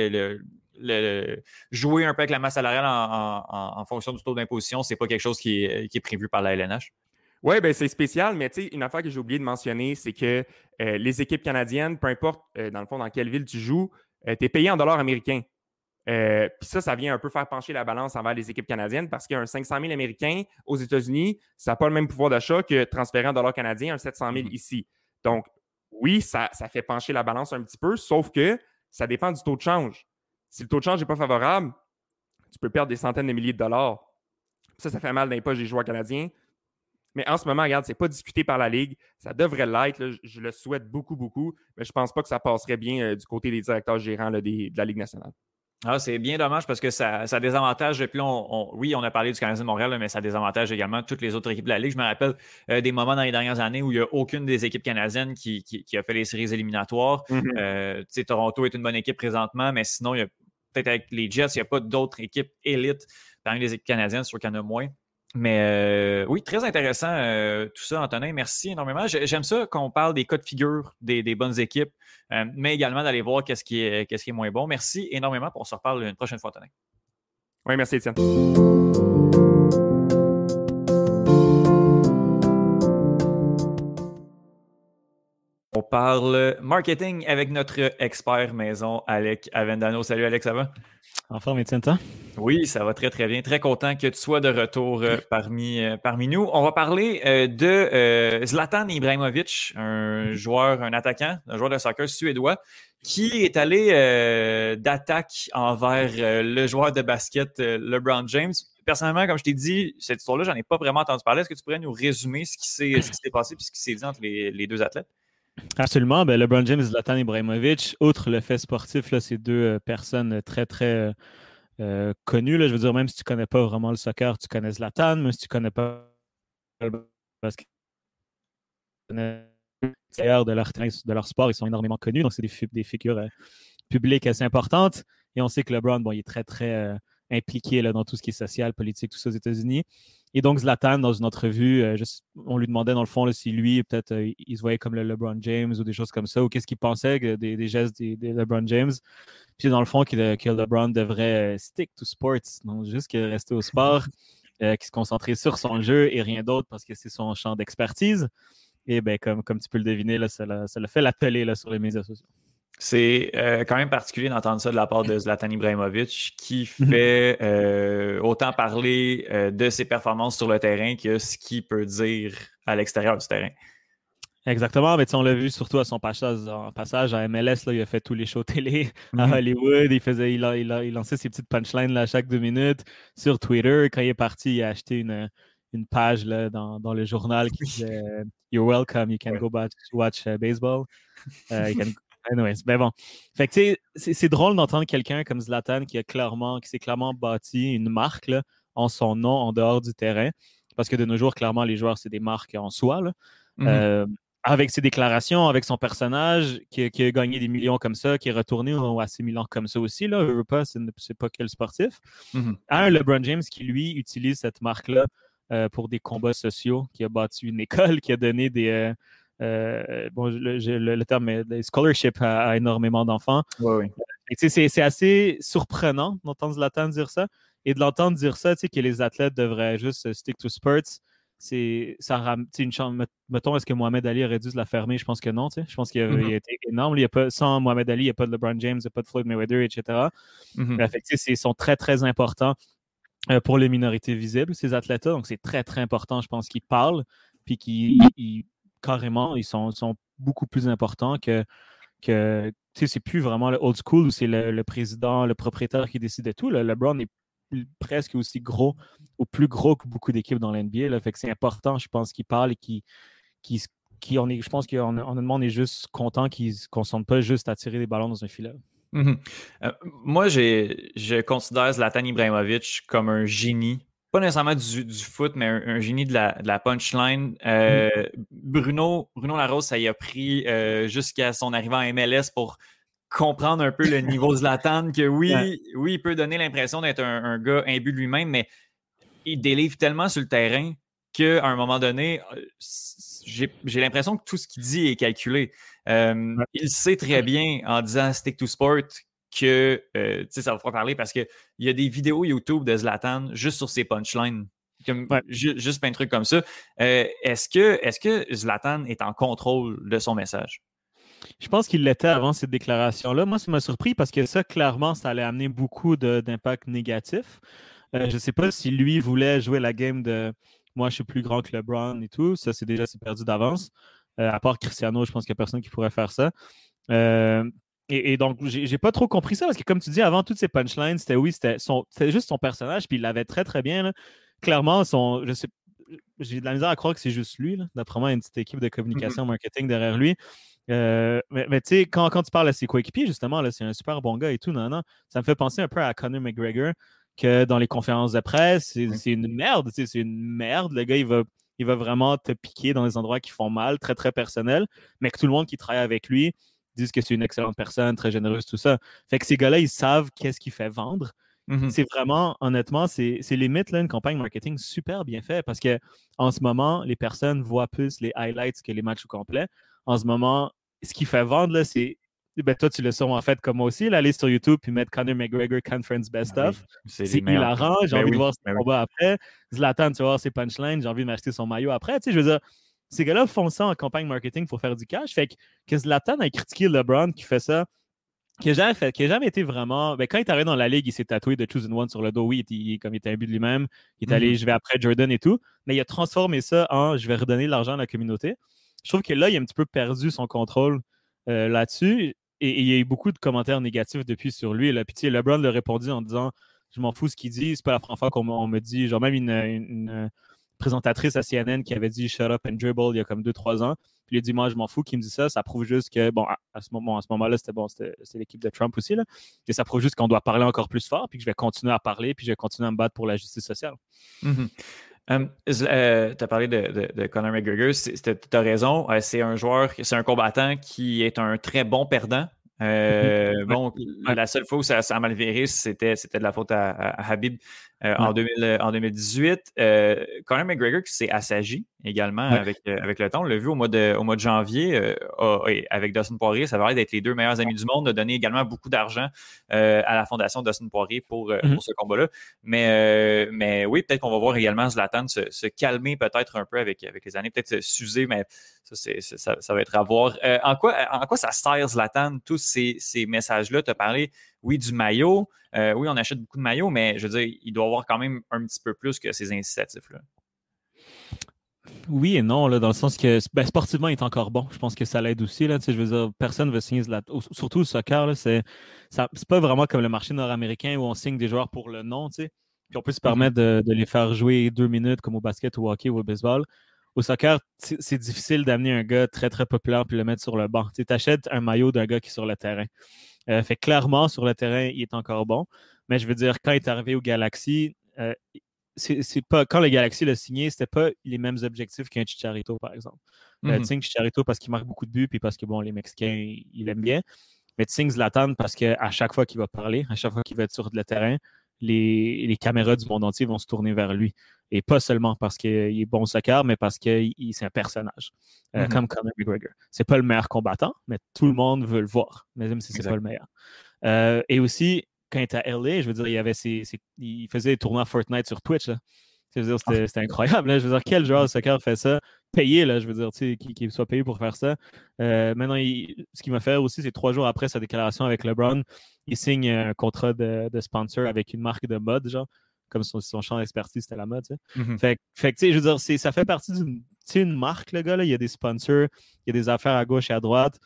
Speaker 1: jouer un peu avec la masse salariale en fonction du taux d'imposition, c'est pas quelque chose qui est prévu par la LNH?
Speaker 2: Oui, ben c'est spécial, mais une affaire que j'ai oublié de mentionner, c'est que les équipes canadiennes, peu importe dans le fond dans quelle ville tu joues, tu es payé en dollars américains. Puis ça vient un peu faire pencher la balance envers les équipes canadiennes parce qu'un 500 000 américain aux États-Unis, ça n'a pas le même pouvoir d'achat que transférer en dollars canadiens un 700 000 ici. Donc, oui, ça fait pencher la balance un petit peu, sauf que ça dépend du taux de change. Si le taux de change n'est pas favorable, tu peux perdre des centaines de milliers de dollars. Ça fait mal dans les poches des joueurs canadiens. Mais en ce moment, regarde, c'est pas discuté par la Ligue. Ça devrait l'être. Là. Je le souhaite beaucoup, beaucoup. Mais je pense pas que ça passerait bien du côté des directeurs gérants là, de la Ligue nationale.
Speaker 1: Ah, c'est bien dommage parce que ça désavantage. Puis là, oui, on a parlé du Canadien de Montréal, mais ça désavantage également toutes les autres équipes de la Ligue. Je me rappelle des moments dans les dernières années où il n'y a aucune des équipes canadiennes qui a fait les séries éliminatoires. Toronto est une bonne équipe présentement, mais sinon, il y a peut-être avec les Jets, il n'y a pas d'autres équipes élites parmi les équipes canadiennes, sûr qu'il y en a moins. Mais oui, très intéressant tout ça, Antonin. Merci énormément. J'aime ça qu'on parle des cas de figure des bonnes équipes, mais également d'aller voir qu'est-ce qui est moins bon. Merci énormément. On se reparle une prochaine fois, Antonin.
Speaker 2: Oui, merci, Étienne.
Speaker 1: On parle marketing avec notre expert maison, Alec Avendano. Salut, Alex, ça va?
Speaker 3: En forme, Étienne, toi?
Speaker 1: Oui, ça va très, très bien. Très content que tu sois de retour parmi nous. On va parler de Zlatan Ibrahimovic, un attaquant, un joueur de soccer suédois qui est allé d'attaque envers le joueur de basket LeBron James. Personnellement, comme je t'ai dit, cette histoire-là, j'en ai pas vraiment entendu parler. Est-ce que tu pourrais nous résumer ce qui s'est passé et ce qui s'est dit entre les deux athlètes?
Speaker 3: Absolument. LeBron James et Zlatan Ibrahimovic, outre le fait sportif, là, c'est deux personnes très, très connues. Là. Je veux dire, même si tu ne connais pas vraiment le soccer, tu connais Zlatan. Même si tu ne connais pas le basket, tu connais d'ailleurs de leur sport, ils sont énormément connus, donc c'est des figures publiques assez importantes. Et on sait que LeBron, bon, il est très, très impliqué là, dans tout ce qui est social, politique, tout ça aux États-Unis. Et donc, Zlatan, dans une entrevue, on lui demandait dans le fond là, si lui, peut-être, il se voyait comme le LeBron James ou des choses comme ça, ou qu'est-ce qu'il pensait des gestes des LeBron James. Puis dans le fond, que LeBron devrait stick to sports, donc juste rester au sport, qu'il se concentrer sur son jeu et rien d'autre parce que c'est son champ d'expertise. Et ben, comme tu peux le deviner, là, ça l'a fait l'appeler là, sur les médias sociaux.
Speaker 1: C'est quand même particulier d'entendre ça de la part de Zlatan Ibrahimovic, qui fait autant parler de ses performances sur le terrain que ce qu'il peut dire à l'extérieur du terrain.
Speaker 3: Exactement, mais on l'a vu surtout à son passage à MLS, là, il a fait tous les shows télé à Hollywood, il lançait ses petites punchlines là, chaque 2 minutes sur Twitter. Quand il est parti, il a acheté une page là, dans le journal qui disait You're welcome, you can go back to watch baseball. Anyways, ben bon. Fait que tu sais, c'est drôle d'entendre quelqu'un comme Zlatan qui s'est clairement bâti une marque là, en son nom en dehors du terrain. Parce que de nos jours, clairement, les joueurs, c'est des marques en soi. Là. Avec ses déclarations, avec son personnage, qui a gagné des millions comme ça, qui est retourné à ses millions comme ça aussi, là, je veux pas, c'est pas que le sportif. Un LeBron James qui, lui, utilise cette marque-là pour des combats sociaux, qui a bâti une école, qui a donné des... le terme est des scholarships à énormément d'enfants.
Speaker 1: Oui.
Speaker 3: C'est assez surprenant d'entendre Zlatan dire ça. Et de l'entendre dire ça, que les athlètes devraient juste stick to sports, une chance. Mettons, est-ce que Mohamed Ali aurait dû se la fermer? Je pense que non. Je pense qu'il a été énorme. Sans Mohamed Ali, il n'y a pas de LeBron James, il n'y a pas de Floyd Mayweather, etc. Ils sont très, très importants pour les minorités visibles, ces athlètes-là. Donc, c'est très, très important, je pense, qu'ils parlent. Puis carrément, ils sont beaucoup plus importants que c'est plus vraiment le old school où c'est le président, le propriétaire qui décide de tout. Le LeBron est presque aussi gros ou plus gros que beaucoup d'équipes dans l'NBA. Là. Fait que c'est important, je pense, qu'il parle et je pense qu'honnêtement, on est juste content qu'ils ne se concentrent pas juste à tirer des ballons dans un filet.
Speaker 1: Moi, je considère Zlatan Ibrahimovic comme un génie. Pas nécessairement du foot, mais un génie de la punchline. Bruno Larose, ça y a pris jusqu'à son arrivée en MLS pour comprendre un peu le niveau de Zlatan, que oui, il peut donner l'impression d'être un gars imbu de lui-même, mais il délivre tellement sur le terrain qu'à un moment donné, j'ai l'impression que tout ce qu'il dit est calculé. Il sait très bien, en disant stick to sport, que ça va faire parler parce qu'il y a des vidéos YouTube de Zlatan juste sur ses punchlines. Juste plein de trucs comme ça. Est-ce que Zlatan est en contrôle de son message?
Speaker 3: Je pense qu'il l'était avant cette déclaration-là. Moi, ça m'a surpris parce que ça, clairement, ça allait amener beaucoup d'impact négatif. Je ne sais pas si lui voulait jouer la game de moi, je suis plus grand que LeBron et tout. Ça, c'est perdu d'avance. À part Cristiano, je pense qu'il n'y a personne qui pourrait faire ça. Et donc, j'ai pas trop compris ça parce que, comme tu dis, avant toutes ces punchlines, c'était juste son personnage, puis il l'avait très, très bien. Là. Clairement, j'ai de la misère à croire que c'est juste lui. Là. D'après moi, il y a une petite équipe de communication, marketing derrière lui. Mais tu sais, quand tu parles à ses coéquipiers, justement, là, c'est un super bon gars et tout, non, ça me fait penser un peu à Conor McGregor, que dans les conférences de presse, c'est une merde, c'est une merde. Le gars, il va vraiment te piquer dans des endroits qui font mal, très, très personnels, mais que tout le monde qui travaille avec lui disent que c'est une excellente personne, très généreuse, tout ça. Fait que ces gars-là, ils savent qu'est-ce qui fait vendre. C'est vraiment, honnêtement, c'est limite là, une campagne marketing super bien faite parce qu'en ce moment, les personnes voient plus les highlights que les matchs au complet. En ce moment, ce qui fait vendre, là, c'est. Ben, toi, tu l'as sûrement fait comme moi aussi, là, aller sur YouTube et mettre Conor McGregor Conference Best of. C'est hilarant. J'ai envie de voir son combat après. Zlatan, tu vas voir ses punchlines. J'ai envie de m'acheter son maillot après. Tu sais, je veux dire, ces gars-là font ça en campagne marketing pour faire du cash. Fait que Zlatan a critiqué LeBron qui fait ça, qui n'a jamais été vraiment. Ben, quand il est arrivé dans la ligue, il s'est tatoué de Choose and One sur le dos. Oui, comme il était un but de lui-même, il est allé, je vais après Jordan et tout. Mais il a transformé ça en je vais redonner de l'argent à la communauté. Je trouve que là, il a un petit peu perdu son contrôle là-dessus. Et il y a eu beaucoup de commentaires négatifs depuis sur lui. Là. Puis LeBron l'a répondu en disant je m'en fous ce qu'il dit. C'est pas la première fois qu'on me dit. Genre, même une présentatrice à CNN qui avait dit shut up and dribble il y a comme 2-3 ans. Puis il a dit moi, je m'en fous qu'il me dise ça. Ça prouve juste que, bon, à ce moment-là, c'était l'équipe de Trump aussi. Là. Et ça prouve juste qu'on doit parler encore plus fort. Puis que je vais continuer à parler. Puis je vais continuer à me battre pour la justice sociale.
Speaker 1: Tu as parlé de Conor McGregor, tu as raison, c'est un combattant qui est un très bon perdant. Bon, la seule fois où ça a mal viré, c'était de la faute à Habib en 2018. Conor McGregor qui s'est assagi également avec le temps. On l'a vu au mois de janvier avec Dustin Poirier. Ça va l'air d'être les deux meilleurs amis du monde, de donner également beaucoup d'argent à la fondation Dustin Poirier pour ce combat-là. Mais oui, peut-être qu'on va voir également Zlatan se calmer peut-être un peu avec les années, peut-être s'user, mais ça va être à voir. En quoi ça sert Zlatan, tous ces messages-là? Tu as parlé, oui, du maillot. Oui, on achète beaucoup de maillots, mais je veux dire, il doit y avoir quand même un petit peu plus que ces incitatifs-là.
Speaker 3: Oui et non, là, dans le sens que sportivement, il est encore bon. Je pense que ça l'aide aussi. Là, je veux dire, personne ne veut signer Zlatan. Surtout le soccer, là, c'est pas vraiment comme le marché nord-américain où on signe des joueurs pour le nom. Puis on peut se permettre de les faire jouer 2 minutes comme au basket, au hockey ou au baseball. Au soccer, c'est difficile d'amener un gars très, très populaire puis le mettre sur le banc. Tu achètes un maillot d'un gars qui est sur le terrain. Fait clairement, sur le terrain, il est encore bon. Mais je veux dire, quand il est arrivé au Galaxy, c'est pas, quand le Galaxy l'a signé, c'était pas les mêmes objectifs qu'un Chicharito, par exemple. Tu signes Chicharito parce qu'il marque beaucoup de buts puis parce que, bon, les Mexicains, ils l'aiment bien. Mais tu signes Zlatan parce qu'à chaque fois qu'il va parler, à chaque fois qu'il va être sur le terrain, les caméras du monde entier vont se tourner vers lui. Et pas seulement parce qu'il est bon au soccer, mais parce que c'est un personnage, comme Conor McGregor. C'est pas le meilleur combattant, mais tout le monde veut le voir, même si c'est pas le meilleur. Et aussi, quand il était à LA, je veux dire, il faisait des tournois Fortnite sur Twitch. Là. Je veux dire, c'était incroyable. Là. Je veux dire, quel joueur de soccer fait ça? Payé, là, je veux dire, qu'il soit payé pour faire ça. Maintenant, ce qu'il m'a fait aussi, c'est 3 jours après sa déclaration avec LeBron, il signe un contrat de sponsor avec une marque de mode, genre, comme son champ d'expertise, c'était la mode. Fait que, tu sais, je veux dire, ça fait partie d'une marque, le gars. Là. Il y a des sponsors, il y a des affaires à gauche et à droite.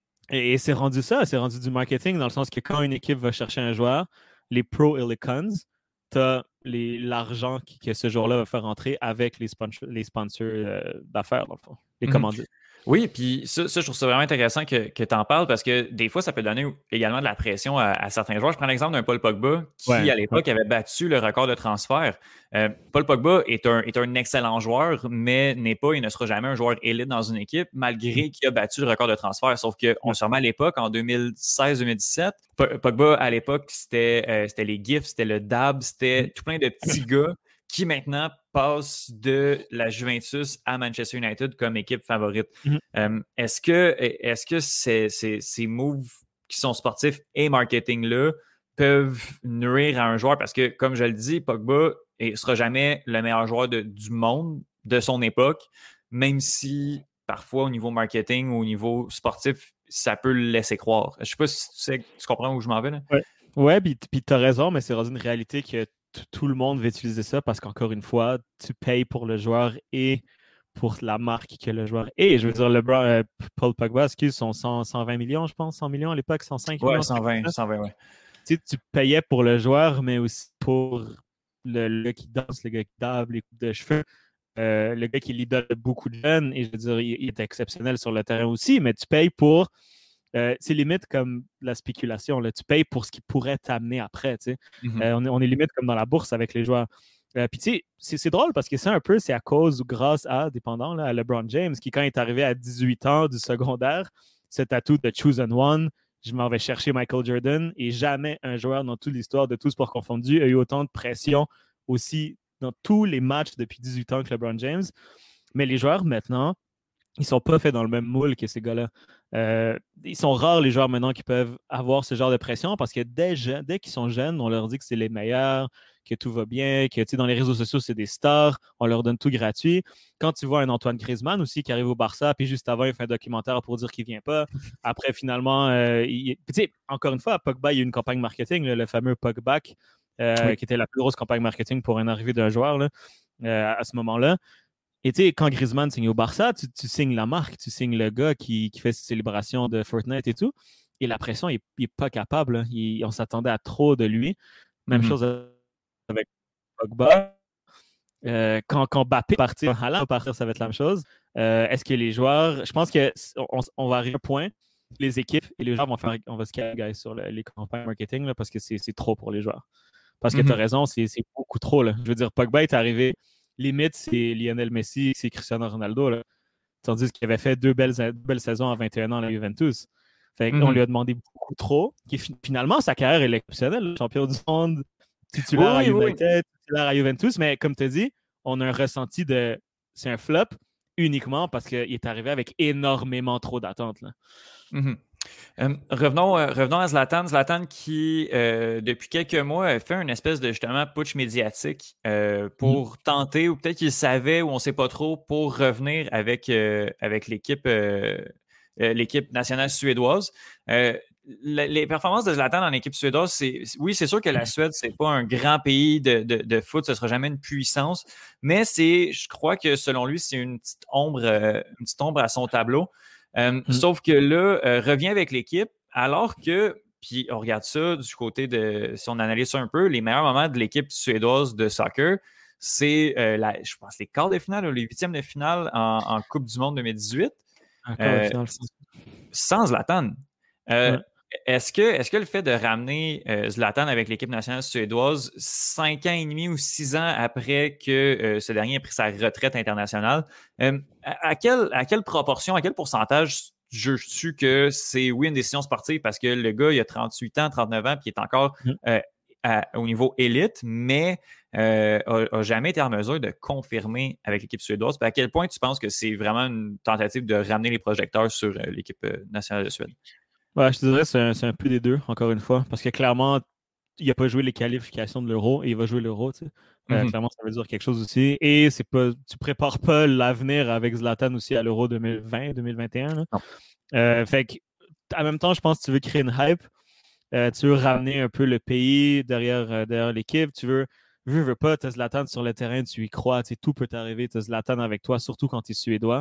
Speaker 3: Et c'est rendu du marketing dans le sens que quand une équipe va chercher un joueur, les pros et les cons, tu as l'argent que ce joueur-là va faire rentrer avec les sponsors d'affaires, dans le fond, les commandites.
Speaker 1: Oui, puis ça, je trouve ça vraiment intéressant que tu en parles parce que des fois, ça peut donner également de la pression à certains joueurs. Je prends l'exemple d'un Paul Pogba qui, à l'époque, avait battu le record de transfert. Paul Pogba est un excellent joueur, mais n'est pas et ne sera jamais un joueur élite dans une équipe, malgré qu'il a battu le record de transfert. Sauf qu'on se remet à l'époque, en 2016-2017, Pogba, à l'époque, c'était les GIFs, c'était le DAB, c'était tout plein de petits gars qui maintenant passe de la Juventus à Manchester United comme équipe favorite. Est-ce que ces moves qui sont sportifs et marketing-là peuvent nuire à un joueur? Parce que, comme je le dis, Pogba ne sera jamais le meilleur joueur du monde de son époque, même si parfois au niveau marketing ou au niveau sportif, ça peut le laisser croire. Je ne sais pas si tu comprends où je m'en vais. Là.
Speaker 3: Ouais, puis tu as raison, mais c'est rendu une réalité que tout le monde va utiliser ça parce qu'encore une fois, tu payes pour le joueur et pour la marque que le joueur est. Et je veux dire, Paul Pogba, excuse, sont 120 millions, je pense, 100 millions à l'époque, 105 millions.
Speaker 1: 120, ouais.
Speaker 3: Tu payais pour le joueur, mais aussi pour le gars qui danse, le gars qui dave, les coupes de cheveux, le gars qui l'idole beaucoup de jeunes. Et je veux dire, il est exceptionnel sur le terrain aussi, mais tu payes pour... c'est limite comme la spéculation. Là. Tu payes pour ce qui pourrait t'amener après. On est limite comme dans la bourse avec les joueurs. Puis tu sais, c'est drôle parce que c'est à cause ou grâce à, dépendant, là, à LeBron James, qui quand il est arrivé à 18 ans du secondaire, ce tatou de Choose and One, je m'en vais chercher Michael Jordan et jamais un joueur dans toute l'histoire de tout sport confondu a eu autant de pression aussi dans tous les matchs depuis 18 ans que LeBron James. Mais les joueurs maintenant, ils ne sont pas faits dans le même moule que ces gars-là. Ils sont rares les joueurs maintenant qui peuvent avoir ce genre de pression parce que dès qu'ils sont jeunes, on leur dit que c'est les meilleurs, que tout va bien, que dans les réseaux sociaux, c'est des stars, on leur donne tout gratuit. Quand tu vois un Antoine Griezmann aussi qui arrive au Barça, puis juste avant, il fait un documentaire pour dire qu'il ne vient pas. Après, finalement, encore une fois, à Pogba, il y a eu une campagne marketing, le fameux Pogback, qui était la plus grosse campagne marketing pour une arrivée d'un joueur à ce moment-là. Et tu sais, quand Griezmann signe au Barça, tu signes la marque, tu signes le gars qui fait ses célébrations de Fortnite et tout. Et la pression, il n'est pas capable. On s'attendait à trop de lui. Même chose avec Pogba. Quand Mbappé partir, Haaland va partir, ça va être la même chose. Est-ce que les joueurs... Je pense qu'on va arriver à un point, les équipes et les joueurs on va se calmer sur les campagnes marketing là, parce que c'est trop pour les joueurs. Parce que tu as raison, c'est beaucoup trop. Là. Je veux dire, Pogba est arrivé limite, c'est Lionel Messi, c'est Cristiano Ronaldo. Là. Tandis qu'il avait fait deux belles saisons à 21 ans à la Juventus. Fait qu'on lui a demandé beaucoup trop. Finalement, sa carrière est exceptionnelle. Champion du monde, titulaire à United, titulaire à Juventus. Mais comme tu as dit, on a un ressenti de c'est un flop uniquement parce qu'il est arrivé avec énormément trop d'attentes.
Speaker 1: Revenons à Zlatan. Zlatan qui, depuis quelques mois, a fait une espèce de justement putsch médiatique pour tenter, ou peut-être qu'il savait, ou on ne sait pas trop, pour revenir avec l'équipe nationale suédoise. Les performances de Zlatan dans l'équipe suédoise, c'est sûr que la Suède, c'est pas un grand pays de foot, ce ne sera jamais une puissance, mais je crois que selon lui, c'est une petite ombre à son tableau. Sauf que là, revient avec l'équipe, alors que, puis on regarde ça du côté de, si on analyse ça un peu, les meilleurs moments de l'équipe suédoise de soccer, c'est, je pense, les quarts de finale ou les huitièmes de finale en Coupe du Monde 2018. Sans Zlatan. Est-ce que le fait de ramener Zlatan avec l'équipe nationale suédoise 5 ans et demi ou 6 ans après que ce dernier ait pris sa retraite internationale, à quelle proportion, à quel pourcentage juges-tu que c'est, oui, une décision sportive parce que le gars, il a 38 ans, 39 ans, puis il est encore au niveau élite, mais n'a jamais été en mesure de confirmer avec l'équipe suédoise? Puis à quel point tu penses que c'est vraiment une tentative de ramener les projecteurs sur l'équipe nationale de Suède?
Speaker 3: Ouais, je te dirais que c'est un peu des deux, encore une fois, parce que clairement, il n'a pas joué les qualifications de l'Euro et il va jouer l'Euro. Tu sais. Clairement, ça veut dire quelque chose aussi. Et tu ne prépares pas l'avenir avec Zlatan aussi à l'Euro 2020-2021. Fait que, en même temps, je pense que tu veux créer une hype. Tu veux ramener un peu le pays derrière l'équipe. Tu veux pas, tu as Zlatan sur le terrain, tu y crois. Tu sais, tout peut t'arriver. Tu as Zlatan avec toi, surtout quand tu es suédois.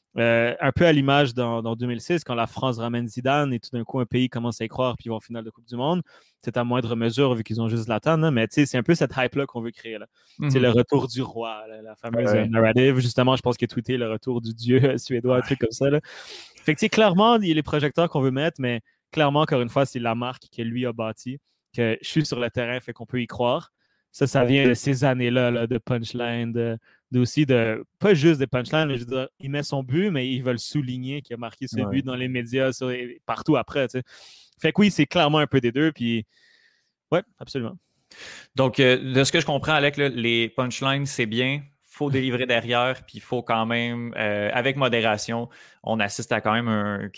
Speaker 3: Un peu à l'image dans 2006, quand la France ramène Zidane et tout d'un coup un pays commence à y croire puis ils vont en finale de Coupe du Monde. C'est à moindre mesure vu qu'ils ont juste Zlatan, hein, mais c'est un peu cette hype-là qu'on veut créer. C'est le retour du roi, la fameuse narrative. Justement, je pense qu'il a tweeté le retour du dieu suédois, un truc comme ça. Là. Fait que clairement, il y a les projecteurs qu'on veut mettre, mais clairement, encore une fois, c'est la marque que lui a bâtie, que je suis sur le terrain, fait qu'on peut y croire. Ça vient de ces années-là là, de punchline, aussi pas juste des punchlines, mais je veux dire, il met son but, mais ils veulent souligner qu'il a marqué ce but dans les médias, partout après. T'sais. Fait que oui, c'est clairement un peu des deux, puis ouais, absolument.
Speaker 1: Donc, de ce que je comprends, Alec, là, les punchlines, c'est bien. Il faut délivrer derrière, puis il faut quand même, avec modération, on assiste à quand même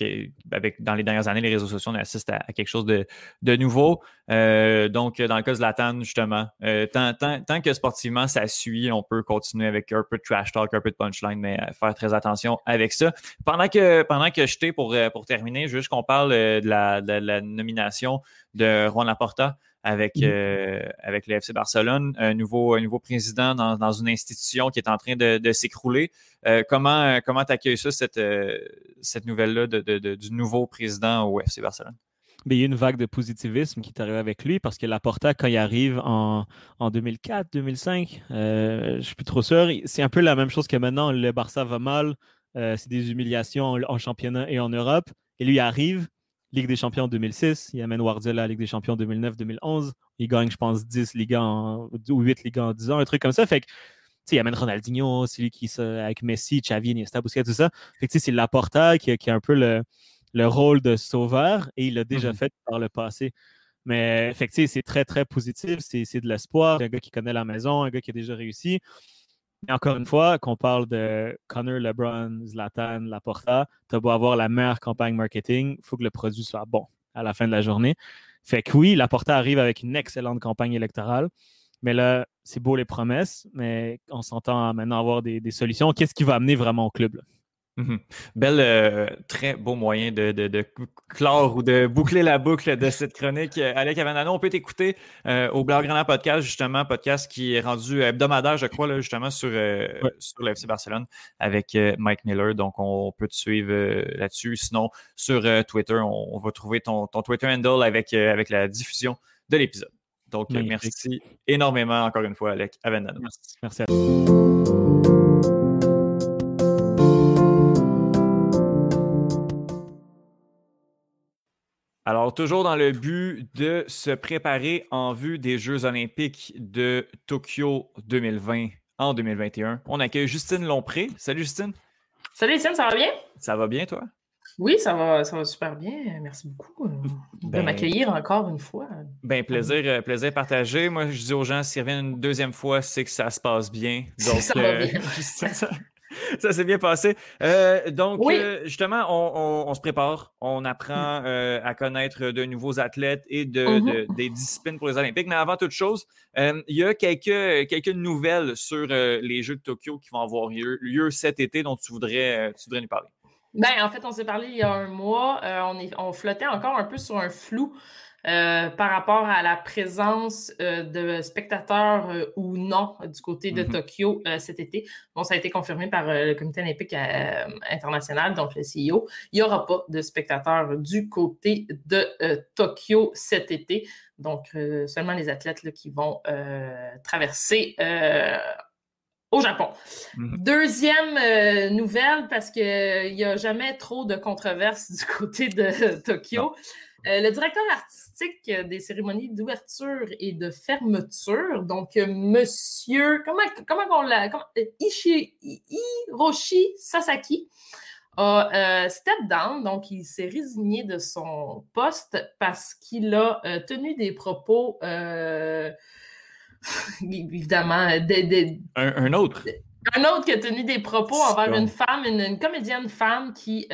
Speaker 1: dans les dernières années, les réseaux sociaux, on assiste à quelque chose de nouveau. Donc, dans le cas de Zlatan, justement, tant que sportivement, ça suit, on peut continuer avec un peu de trash talk, un peu de punchline, mais faire très attention avec ça. Pendant que je t'ai, pour terminer, juste qu'on parle de la nomination de Juan Laporta avec le FC Barcelone, un nouveau président dans une institution qui est en train de s'écrouler. Comment tu accueilles ça, cette nouvelle-là du nouveau président au FC Barcelone?
Speaker 3: Mais il y a une vague de positivisme qui est arrivée avec lui parce que Laporta, quand il arrive en 2004, 2005, je ne suis plus trop sûr, c'est un peu la même chose que maintenant. Le Barça va mal, c'est des humiliations en championnat et en Europe. Et lui arrive, Ligue des champions en 2006, il amène Guardiola à la Ligue des champions en 2009-2011. Il gagne, je pense, 10 Ligas ou 8 Ligas en 10 ans, un truc comme ça. Fait que, il amène Ronaldinho, c'est lui qui, avec Messi, Xavi, Iniesta, Busquets, tout ça. Fait que, c'est Laporta qui a un peu le rôle de sauveur et il l'a déjà fait par le passé. Mais fait que, c'est très, très positif. C'est de l'espoir. C'est un gars qui connaît la maison, un gars qui a déjà réussi. Mais encore une fois, qu'on parle de Connor, LeBron, Zlatan, Laporta, tu as beau avoir la meilleure campagne marketing, il faut que le produit soit bon à la fin de la journée. Fait que oui, Laporta arrive avec une excellente campagne électorale. Mais là, c'est beau les promesses, mais on s'entend maintenant avoir des solutions. Qu'est-ce qui va amener vraiment au club? Là?
Speaker 1: Très beau moyen de clore ou de boucler la boucle de cette chronique. Alec Avendano, on peut t'écouter au Blaugrana Podcast, justement, podcast qui est rendu hebdomadaire, je crois, là, justement, sur le FC Barcelone avec Mike Miller. Donc, on peut te suivre là-dessus. Sinon, sur Twitter, on va trouver ton Twitter handle avec la diffusion de l'épisode. Donc, merci énormément, encore une fois, Alec Avendano.
Speaker 3: Merci à toi.
Speaker 1: Alors, toujours dans le but de se préparer en vue des Jeux olympiques de Tokyo 2020 en 2021. On accueille Justine Lompré. Salut Justine.
Speaker 4: Salut Étienne, ça va bien?
Speaker 1: Ça va bien, toi?
Speaker 4: Oui, ça va super bien. Merci beaucoup de m'accueillir encore une fois.
Speaker 1: Plaisir partagé. Moi, je dis aux gens, s'ils reviennent une deuxième fois, c'est que ça se passe bien. Donc,
Speaker 4: ça va bien.
Speaker 1: Ça s'est bien passé.
Speaker 4: Oui.
Speaker 1: Justement, on se prépare. On apprend à connaître de nouveaux athlètes et des disciplines pour les Olympiques. Mais avant toute chose, il y a quelques nouvelles sur les Jeux de Tokyo qui vont avoir lieu cet été dont tu voudrais nous parler.
Speaker 4: En fait, on s'est parlé il y a un mois. On flottait encore un peu sur un flou par rapport à la présence de spectateurs ou non du côté de Tokyo cet été. Bon, ça a été confirmé par le Comité olympique international, donc le CIO. Il n'y aura pas de spectateurs du côté de Tokyo cet été. Donc, seulement les athlètes là, qui vont traverser au Japon. Deuxième nouvelle, parce qu'il n'y a jamais trop de controverses du côté de Tokyo. Le directeur artistique des cérémonies d'ouverture et de fermeture, donc monsieur, Hiroshi Sasaki, a step down, donc il s'est résigné de son poste parce qu'il a tenu des propos évidemment,
Speaker 1: un autre.
Speaker 4: Un autre qui a tenu des propos envers une femme, une comédienne femme qui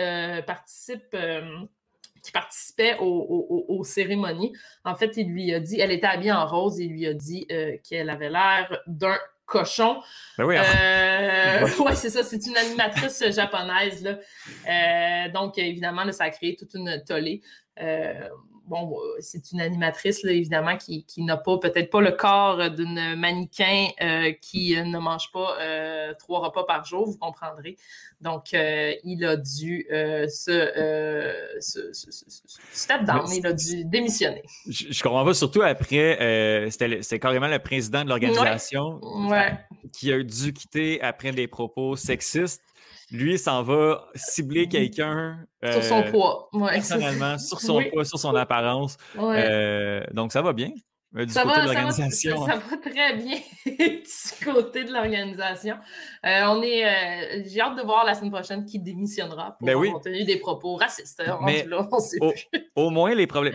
Speaker 4: participait aux cérémonies. En fait, il lui a dit, elle était habillée en rose, il lui a dit qu'elle avait l'air d'un cochon.
Speaker 1: Ben oui,
Speaker 4: ouais, c'est ça, c'est une animatrice japonaise, là. Donc, évidemment, là, ça a créé toute une tollée. C'est une animatrice, là, évidemment, qui n'a peut-être pas le corps d'une mannequin qui ne mange pas 3 repas par jour, vous comprendrez. Donc, il a dû step down, il a dû démissionner.
Speaker 1: Je comprends pas, surtout après, c'était carrément le président de l'organisation qui a dû quitter après des propos sexistes. Lui, s'en va cibler quelqu'un
Speaker 4: sur son poids.
Speaker 1: Personnellement, sur son poids, sur son apparence. Donc, ça va bien du côté de l'organisation.
Speaker 4: Ça va très bien du côté de l'organisation. J'ai hâte de voir la semaine prochaine qui démissionnera pour avoir tenu des propos racistes.
Speaker 1: Mais
Speaker 4: là, on sait plus.
Speaker 1: Au moins, les problèmes...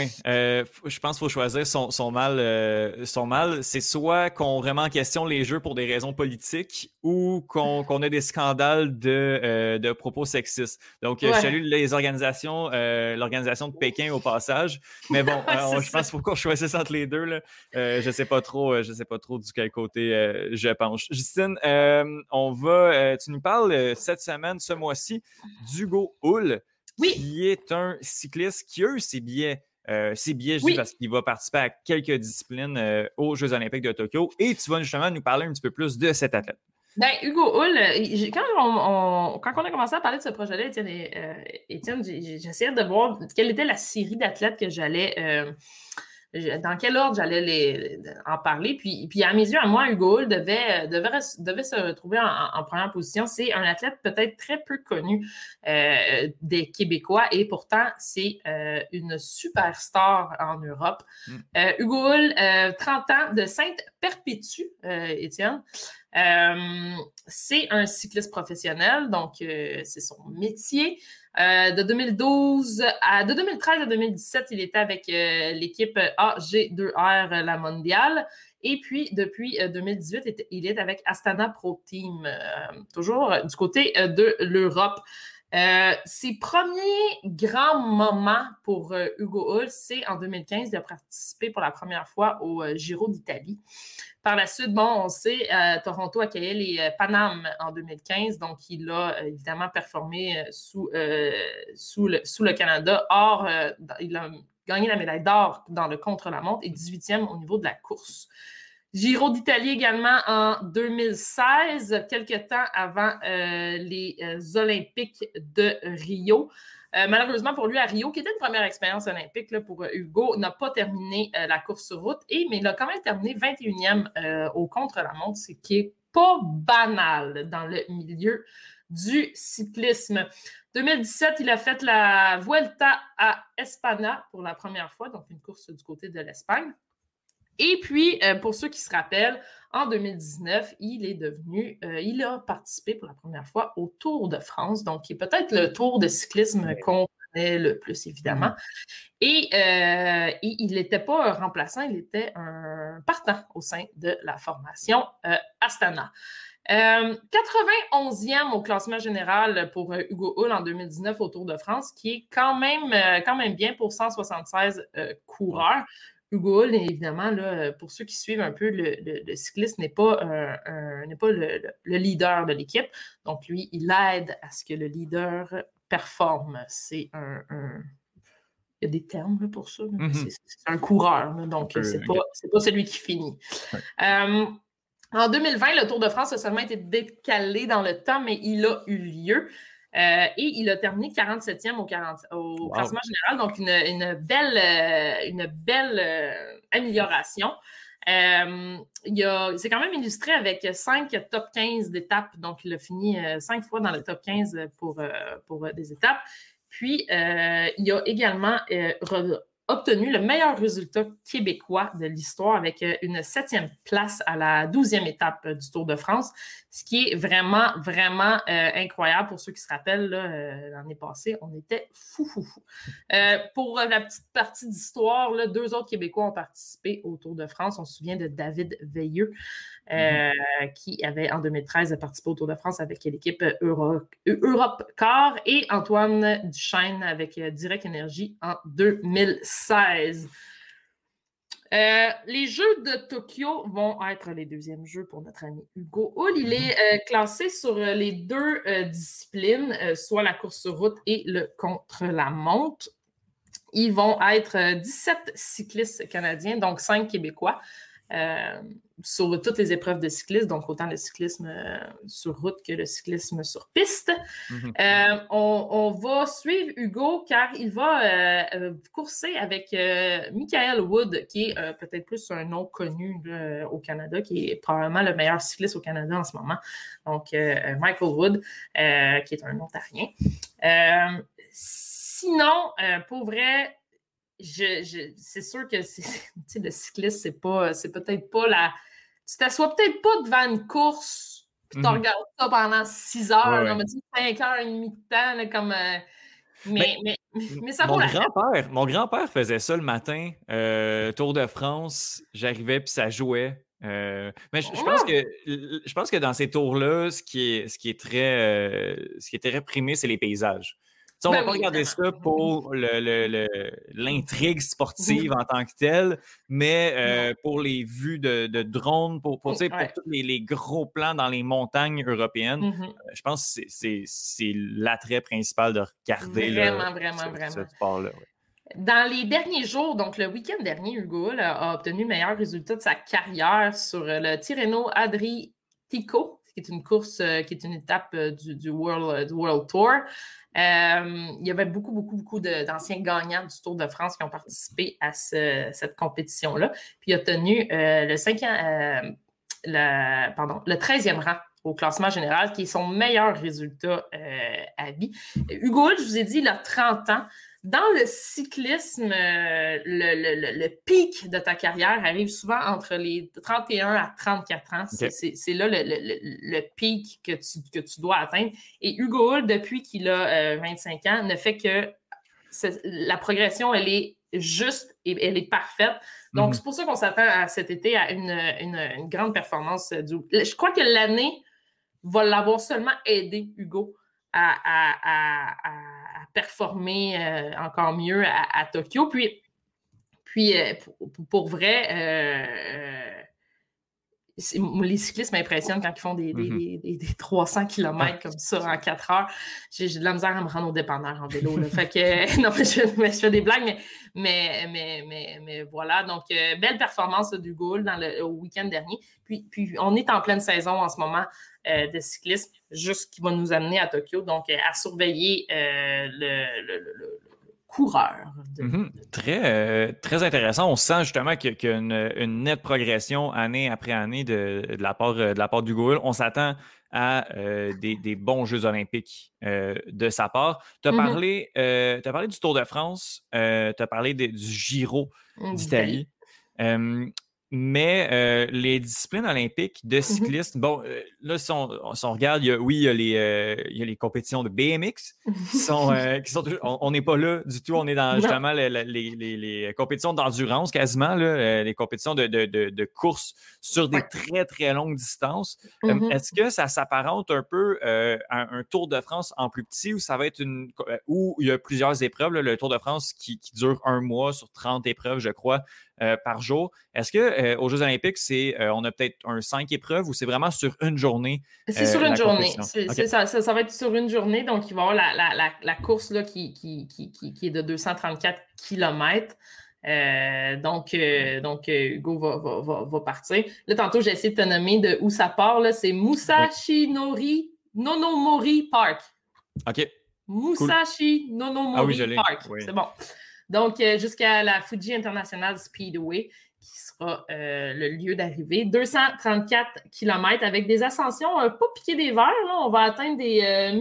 Speaker 1: je pense qu'il faut choisir son mal. Son mal, c'est soit qu'on remet en question les jeux pour des raisons politiques ou qu'on a des scandales de propos sexistes. Donc, je salue les organisations, l'organisation de Pékin au passage. Mais bon, je pense qu'il faut qu'on choisisse entre les deux. Là. Je sais pas trop du quel côté je penche. Justine, tu nous parles cette semaine, ce mois-ci, d'Hugo Hull, qui est un cycliste qui a eu ses billets. Je dis parce qu'il va participer à quelques disciplines aux Jeux olympiques de Tokyo. Et tu vas justement nous parler un petit peu plus de cet athlète.
Speaker 4: Hugo Hull, quand on a commencé à parler de ce projet-là, Étienne, j'essayais de voir quelle était la série d'athlètes que j'allais... dans quel ordre j'allais en parler. Puis à mes yeux, à moi, Hugo Hull devait se retrouver en première position. C'est un athlète peut-être très peu connu des Québécois et pourtant, c'est une superstar en Europe. Hugo Hull, 30 ans de Sainte-Perpétue, Étienne. C'est un cycliste professionnel, donc c'est son métier. De 2013 à 2017, il était avec l'équipe AG2R La Mondiale. Et puis, depuis 2018, il est avec Astana Pro Team, toujours du côté de l'Europe. Ses premiers grands moments pour Hugo Hull, c'est en 2015, il a participé pour la première fois au Giro d'Italie. Par la suite, on sait, Toronto accueillait les Pan Am en 2015, donc il a évidemment performé sous le Canada. Or, il a gagné la médaille d'or dans le contre-la-montre et 18e au niveau de la course. Giro d'Italie également en 2016, quelques temps avant les Olympiques de Rio. Malheureusement pour lui, à Rio, qui était une première expérience olympique là, pour Hugo, n'a pas terminé la course sur route, mais il a quand même terminé 21e au contre-la-montre, ce qui n'est pas banal dans le milieu du cyclisme. 2017, il a fait la Vuelta à España pour la première fois, donc une course du côté de l'Espagne. Et puis, pour ceux qui se rappellent, en 2019, il a participé pour la première fois au Tour de France, donc qui est peut-être le tour de cyclisme qu'on connaît le plus, évidemment. Et il n'était pas un remplaçant, il était un partant au sein de la formation Astana. 91e au classement général pour Hugo Hull en 2019 au Tour de France, qui est quand même bien pour 176 coureurs. Hugo Hull, évidemment, là, pour ceux qui suivent un peu le cyclisme, n'est pas le leader de l'équipe. Donc, lui, il aide à ce que le leader performe. C'est il y a des termes là, pour ça. C'est un coureur, là, donc c'est pas celui qui finit. Ouais. En 2020, le Tour de France a seulement été décalé dans le temps, mais il a eu lieu. Et il a terminé 47e au classement général, donc une belle amélioration. C'est quand même illustré avec 5 top 15 d'étapes, donc il a fini 5 fois dans le top 15 pour des étapes. Puis, il a également obtenu le meilleur résultat québécois de l'histoire avec une 7e place à la 12e étape du Tour de France, ce qui est vraiment, vraiment incroyable. Pour ceux qui se rappellent, l'année passée, on était fou. Pour la petite partie d'histoire, 2 autres Québécois ont participé au Tour de France. On se souvient de David Veilleux, qui avait en 2013 participé au Tour de France avec l'équipe Europcar, et Antoine Duchesne avec Direct Énergie en 2016. Les Jeux de Tokyo vont être les 2e jeux pour notre ami Hugo Hull. Il est classé sur les 2 disciplines, soit la course sur route et le contre-la-montre. Ils vont être 17 cyclistes canadiens, donc 5 Québécois. Sur toutes les épreuves de cyclisme, donc autant le cyclisme sur route que le cyclisme sur piste. On va suivre Hugo car il va courser avec Michael Wood, qui est peut-être plus un nom connu au Canada, qui est probablement le meilleur cycliste au Canada en ce moment. Donc, Michael Wood, qui est un Ontarien. Sinon, pour vrai, c'est sûr que le cycliste, c'est peut-être pas la... Tu t'assois peut-être pas devant une course puis tu regardes ça pendant 6 heures. Ouais. On m'a dit 5 heures et demie de temps, là, comme... mais ça vaut la peine.
Speaker 1: Mon grand-père faisait ça le matin, Tour de France. J'arrivais puis ça jouait. Mais je pense que dans ces tours-là, ce qui est très primé, c'est les paysages. On va pas regarder ça pour l'intrigue sportive en tant que telle, mais pour les vues de drone, pour tous les gros plans dans les montagnes européennes, je pense que c'est l'attrait principal de regarder ce sport-là. Ouais.
Speaker 4: Dans les derniers jours, donc le week-end dernier, Hugo Hull a obtenu le meilleur résultat de sa carrière sur le Tirreno Adriatico, qui est une course, qui est une étape du World Tour. Il y avait beaucoup d'anciens gagnants du Tour de France qui ont participé à cette compétition-là. Puis il a tenu le 13e rang au classement général, qui est son meilleur résultat à vie. Hugo Hull, je vous ai dit, il a 30 ans. Dans le cyclisme, le pic de ta carrière arrive souvent entre les 31 à 34 ans. Okay. C'est là le pic que tu dois atteindre. Et Hugo Hull, depuis qu'il a 25 ans, ne fait que... La progression, elle est juste et elle est parfaite. Donc, c'est pour ça qu'on s'attend à cet été à une grande performance. Je crois que l'année va l'avoir seulement aidé, Hugo, à performer encore mieux à Tokyo. Puis pour vrai, les cyclistes m'impressionnent quand ils font des 300 km comme ça en 4 heures. J'ai de la misère à me rendre au dépanneur en vélo. Là. Fait que, non, je fais des blagues, mais voilà. Donc, belle performance d'Hugo Hull au week-end dernier. Puis, on est en pleine saison en ce moment de cyclisme, juste qui va nous amener à Tokyo. Donc, à surveiller le coureur.
Speaker 1: Très intéressant. On sent justement qu'il y a une nette progression année après année de la part d'Hugo Hull. On s'attend à des bons Jeux olympiques de sa part. Tu as parlé du Tour de France, tu as parlé du Giro d'Italie. Mais les disciplines olympiques de cyclistes, bon, là, si on regarde, il y a les compétitions de BMX qui sont on n'est pas là du tout, on est dans justement les compétitions d'endurance quasiment, là, les compétitions de course sur des très, très longues distances. Est-ce que ça s'apparente un peu à un Tour de France en plus petit, ou ça va être où il y a plusieurs épreuves, là, le Tour de France qui dure 1 mois sur 30 épreuves, je crois, par jour. Est-ce que aux Jeux olympiques, on a peut-être 5 épreuves ou c'est vraiment sur une journée?
Speaker 4: C'est sur une journée.
Speaker 1: Okay.
Speaker 4: Ça va être sur une journée. Donc, il va y avoir la course là, qui est de 234 km. Donc, Hugo va partir. Là, tantôt, j'ai essayé de te nommer de où ça part. Là. C'est Musashi Nonomori Park.
Speaker 1: OK.
Speaker 4: Musashi Nonomori Park.
Speaker 1: Oui.
Speaker 4: C'est bon. Donc, jusqu'à la Fuji International Speedway, qui sera le lieu d'arrivée. 234 km avec des ascensions pas piquées des verres. Là. On va atteindre des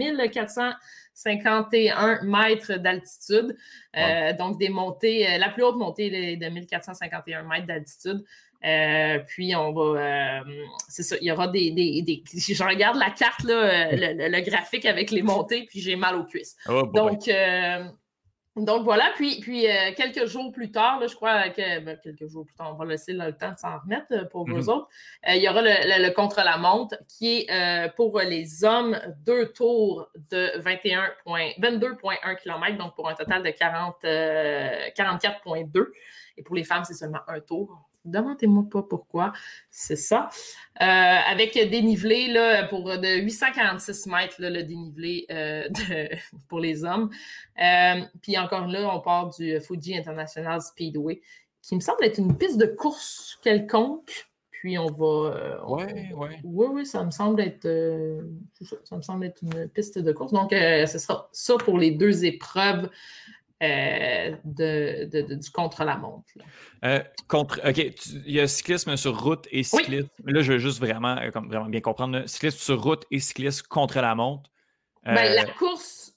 Speaker 4: 1451 mètres d'altitude. Donc, des montées, la plus haute montée est de 1451 mètres d'altitude. Puis, on va... c'est ça, il y aura des je regarde la carte, là, le graphique avec les montées, puis j'ai mal aux cuisses. Donc, voilà. Puis quelques jours plus tard, là, je crois que quelques jours plus tard, on va laisser le temps de s'en remettre pour vous autres. Il y aura le contre-la-montre qui est pour les hommes 2 tours de 22,1 km, donc pour un total de 44,2. Et pour les femmes, c'est seulement 1 tour. Demandez-moi pas pourquoi, c'est ça. Avec dénivelé là, de 846 mètres, là, le dénivelé pour les hommes. Puis encore là, on part du Fuji International Speedway, qui me semble être une piste de course quelconque. Puis on va... Oui, ça me semble être... ça me semble être une piste de course. Donc, ce sera ça pour les 2 épreuves du contre-la-montre.
Speaker 1: OK, il y a cyclisme sur route et cyclisme. Oui. Là, je veux juste vraiment bien comprendre. Cyclisme sur route et cyclisme contre la montre.
Speaker 4: La course,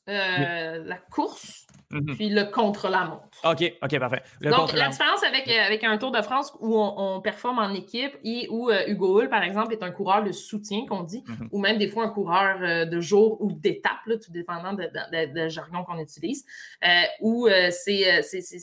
Speaker 4: puis le contre-la-montre.
Speaker 1: OK, parfait.
Speaker 4: Donc, la différence avec un Tour de France où on performe en équipe et où Hugo Hull, par exemple, est un coureur de soutien, qu'on dit, ou même des fois un coureur de jour ou d'étape, là, tout dépendant de jargon qu'on utilise, où c'est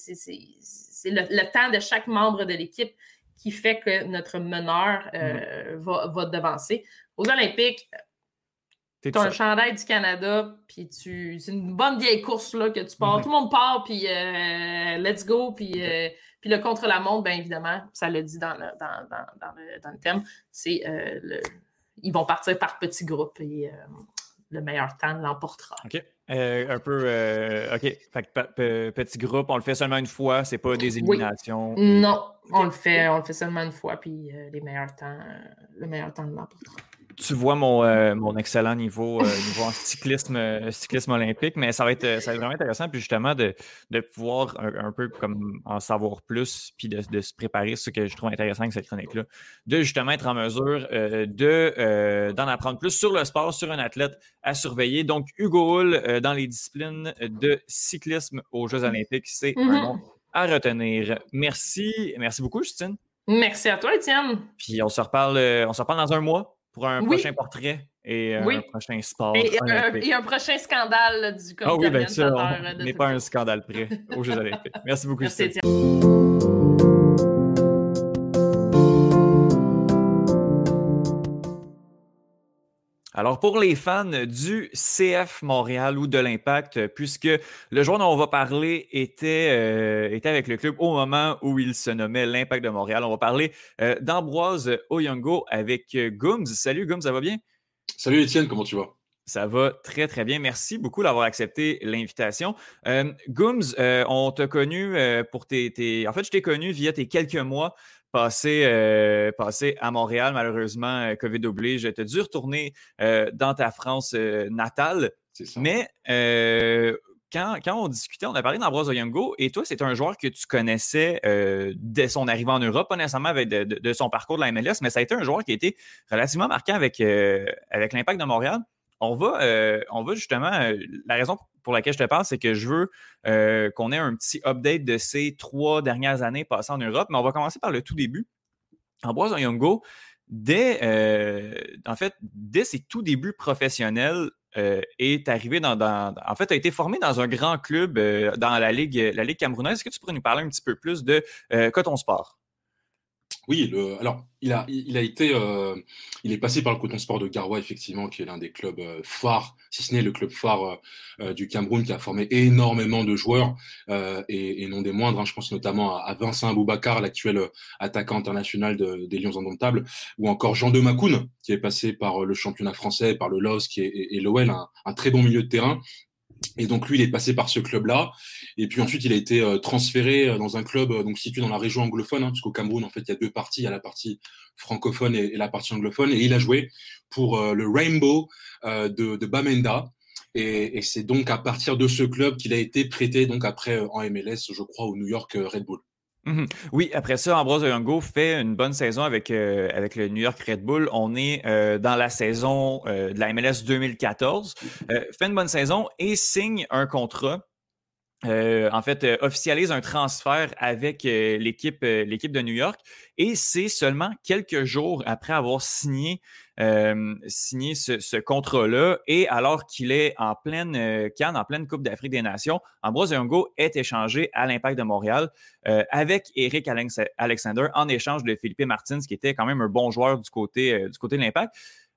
Speaker 4: le temps de chaque membre de l'équipe qui fait que notre meneur va devancer. Aux Olympiques, tu as un chandail du Canada, puis c'est une bonne vieille course là, que tu pars. Tout le monde part, puis let's go. Puis le contre-la-montre, bien évidemment, ça le dit dans le thème, c'est ils vont partir par petits groupes et le meilleur temps l'emportera.
Speaker 1: OK. Un peu... OK. Fait que petit groupe, on le fait seulement une fois, c'est pas des éliminations.
Speaker 4: Oui. Non, on le fait seulement une fois, puis le meilleur temps l'emportera.
Speaker 1: Tu vois mon excellent niveau en cyclisme olympique, mais ça va être vraiment intéressant, puis justement de pouvoir un peu comme en savoir plus, puis de se préparer, ce que je trouve intéressant avec cette chronique-là, de justement être en mesure d'en apprendre plus sur le sport, sur un athlète à surveiller. Donc, Hugo Hull dans les disciplines de cyclisme aux Jeux olympiques, c'est un nom à retenir. Merci beaucoup, Justine.
Speaker 4: Merci à toi, Étienne.
Speaker 1: Puis on se reparle dans 1 mois. Pour un prochain portrait et un prochain sport.
Speaker 4: Et un prochain scandale du comité
Speaker 1: organisateur. Ah oui, bien sûr, on n'est pas un scandale près aux Jeux olympiques. Merci beaucoup, Justine. Alors, pour les fans du CF Montréal ou de l'Impact, puisque le joueur dont on va parler était avec le club au moment où il se nommait l'Impact de Montréal, on va parler d'Ambroise Oyongo avec Gooms. Salut Gooms, ça va bien?
Speaker 5: Salut Étienne, comment tu vas?
Speaker 1: Ça va très, très bien. Merci beaucoup d'avoir accepté l'invitation. Gooms, on t'a connu pour tes... En fait, je t'ai connu via tes quelques mois passé à Montréal, malheureusement, COVID oblige. Tu as dû retourner dans ta France natale.
Speaker 5: C'est ça.
Speaker 1: Mais quand on discutait, on a parlé d'Ambroise Oyongo et toi, c'est un joueur que tu connaissais dès son arrivée en Europe, pas nécessairement de son parcours de la MLS, mais ça a été un joueur qui a été relativement marquant avec l'Impact de Montréal. On va justement, la raison pour laquelle je te parle, c'est que je veux qu'on ait un petit update de ces 3 dernières années passées en Europe, mais on va commencer par le tout début. Ambroise Oyongo, dès ses tout débuts professionnels, est arrivé en fait, a été formé dans un grand club dans la Ligue camerounaise. Est-ce que tu pourrais nous parler un petit peu plus de Coton Sport?
Speaker 5: Oui, alors il est passé par le Coton Sport de Garoua, effectivement, qui est l'un des clubs phares, si ce n'est le club phare du Cameroun, qui a formé énormément de joueurs et non des moindres. Je pense notamment à Vincent Aboubakar, l'actuel attaquant international des Lions Indomptables, ou encore Jean de Macoun, qui est passé par le championnat français, par le LOSC et l'OL, un très bon milieu de terrain. Et donc lui, il est passé par ce club-là. Et puis ensuite, il a été transféré dans un club donc situé dans la région anglophone, parce qu'au Cameroun, en fait, il y a deux parties. Il y a la partie francophone et la partie anglophone. Et il a joué pour le Rainbow de Bamenda. Et c'est donc à partir de ce club qu'il a été prêté donc après en MLS, je crois, au New York Red Bull.
Speaker 1: Oui, après ça, Ambroise Oyongo fait une bonne saison avec le New York Red Bull. On est dans la saison de la MLS 2014. Fait une bonne saison et signe un contrat. Officialise un transfert avec l'équipe de New York. Et c'est seulement quelques jours après avoir signé ce contrat-là, et alors qu'il est en pleine CAN, en pleine Coupe d'Afrique des Nations, Ambroise Oyongo est échangé à l'Impact de Montréal avec Eric Alexander en échange de Felipe Martins, qui était quand même un bon joueur du côté de l'Impact.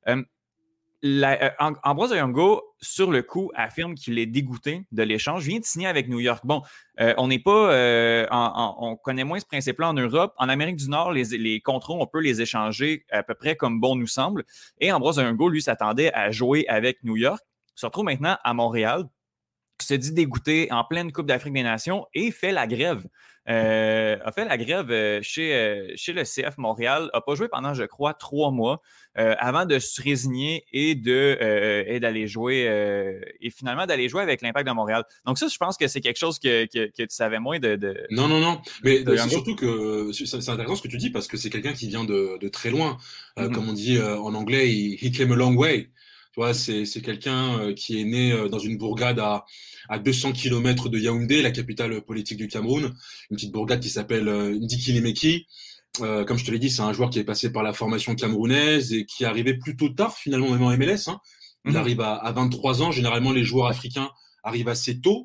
Speaker 1: Ambroise Oyongo, sur le coup, affirme qu'il est dégoûté de l'échange. Vient de signer avec New York. Bon, on n'est pas... on connaît moins ce principe-là en Europe. En Amérique du Nord, les contrats, on peut les échanger à peu près comme bon nous semble. Et Ambroise Oyongo, lui, s'attendait à jouer avec New York. Il se retrouve maintenant à Montréal, se dit dégoûté en pleine Coupe d'Afrique des Nations et fait la grève. A fait la grève chez le CF Montréal, n'a pas joué pendant, je crois, 3 mois avant de se résigner et d'aller jouer et finalement d'aller jouer avec l'Impact de Montréal. Donc ça, je pense que c'est quelque chose que tu savais moins de
Speaker 5: Non. Mais c'est surtout que c'est intéressant ce que tu dis, parce que c'est quelqu'un qui vient de très loin. Comme on dit en anglais, he came a long way. Tu vois, c'est quelqu'un qui est né dans une bourgade à 200 km de Yaoundé, la capitale politique du Cameroun, une petite bourgade qui s'appelle Ndikilimeki. Comme je te l'ai dit, c'est un joueur qui est passé par la formation camerounaise et qui est arrivé plutôt tard, finalement, même en MLS. Il arrive à 23 ans. Généralement, les joueurs africains arrivent assez tôt.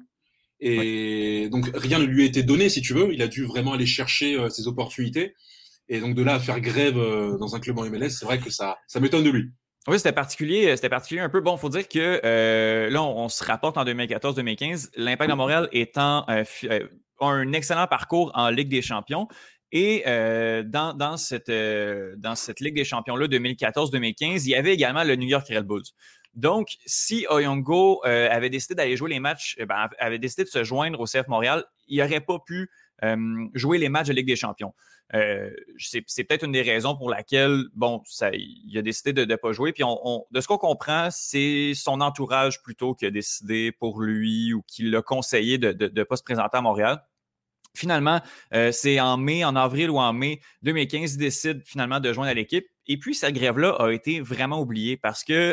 Speaker 5: Et donc, rien ne lui a été donné, si tu veux. Il a dû vraiment aller chercher ses opportunités. Et donc, de là à faire grève dans un club en MLS, c'est vrai que ça m'étonne de lui.
Speaker 1: Oui, c'était particulier un peu. Bon, il faut dire que là, on se rapporte en 2014-2015. L'Impact de Montréal a un excellent parcours en Ligue des Champions. Et dans cette Ligue des Champions-là, 2014-2015, il y avait également le New York Red Bulls. Donc, si Oyongo avait décidé d'aller jouer les matchs, avait décidé de se joindre au CF Montréal, il n'aurait pas pu jouer les matchs de Ligue des Champions. C'est peut-être une des raisons pour laquelle, il a décidé de ne pas jouer. Puis de ce qu'on comprend, c'est son entourage plutôt qui a décidé pour lui ou qui l'a conseillé de ne pas se présenter à Montréal. Finalement, c'est en avril ou en mai 2015, il décide finalement de joindre à l'équipe. Et puis, cette grève-là a été vraiment oubliée parce que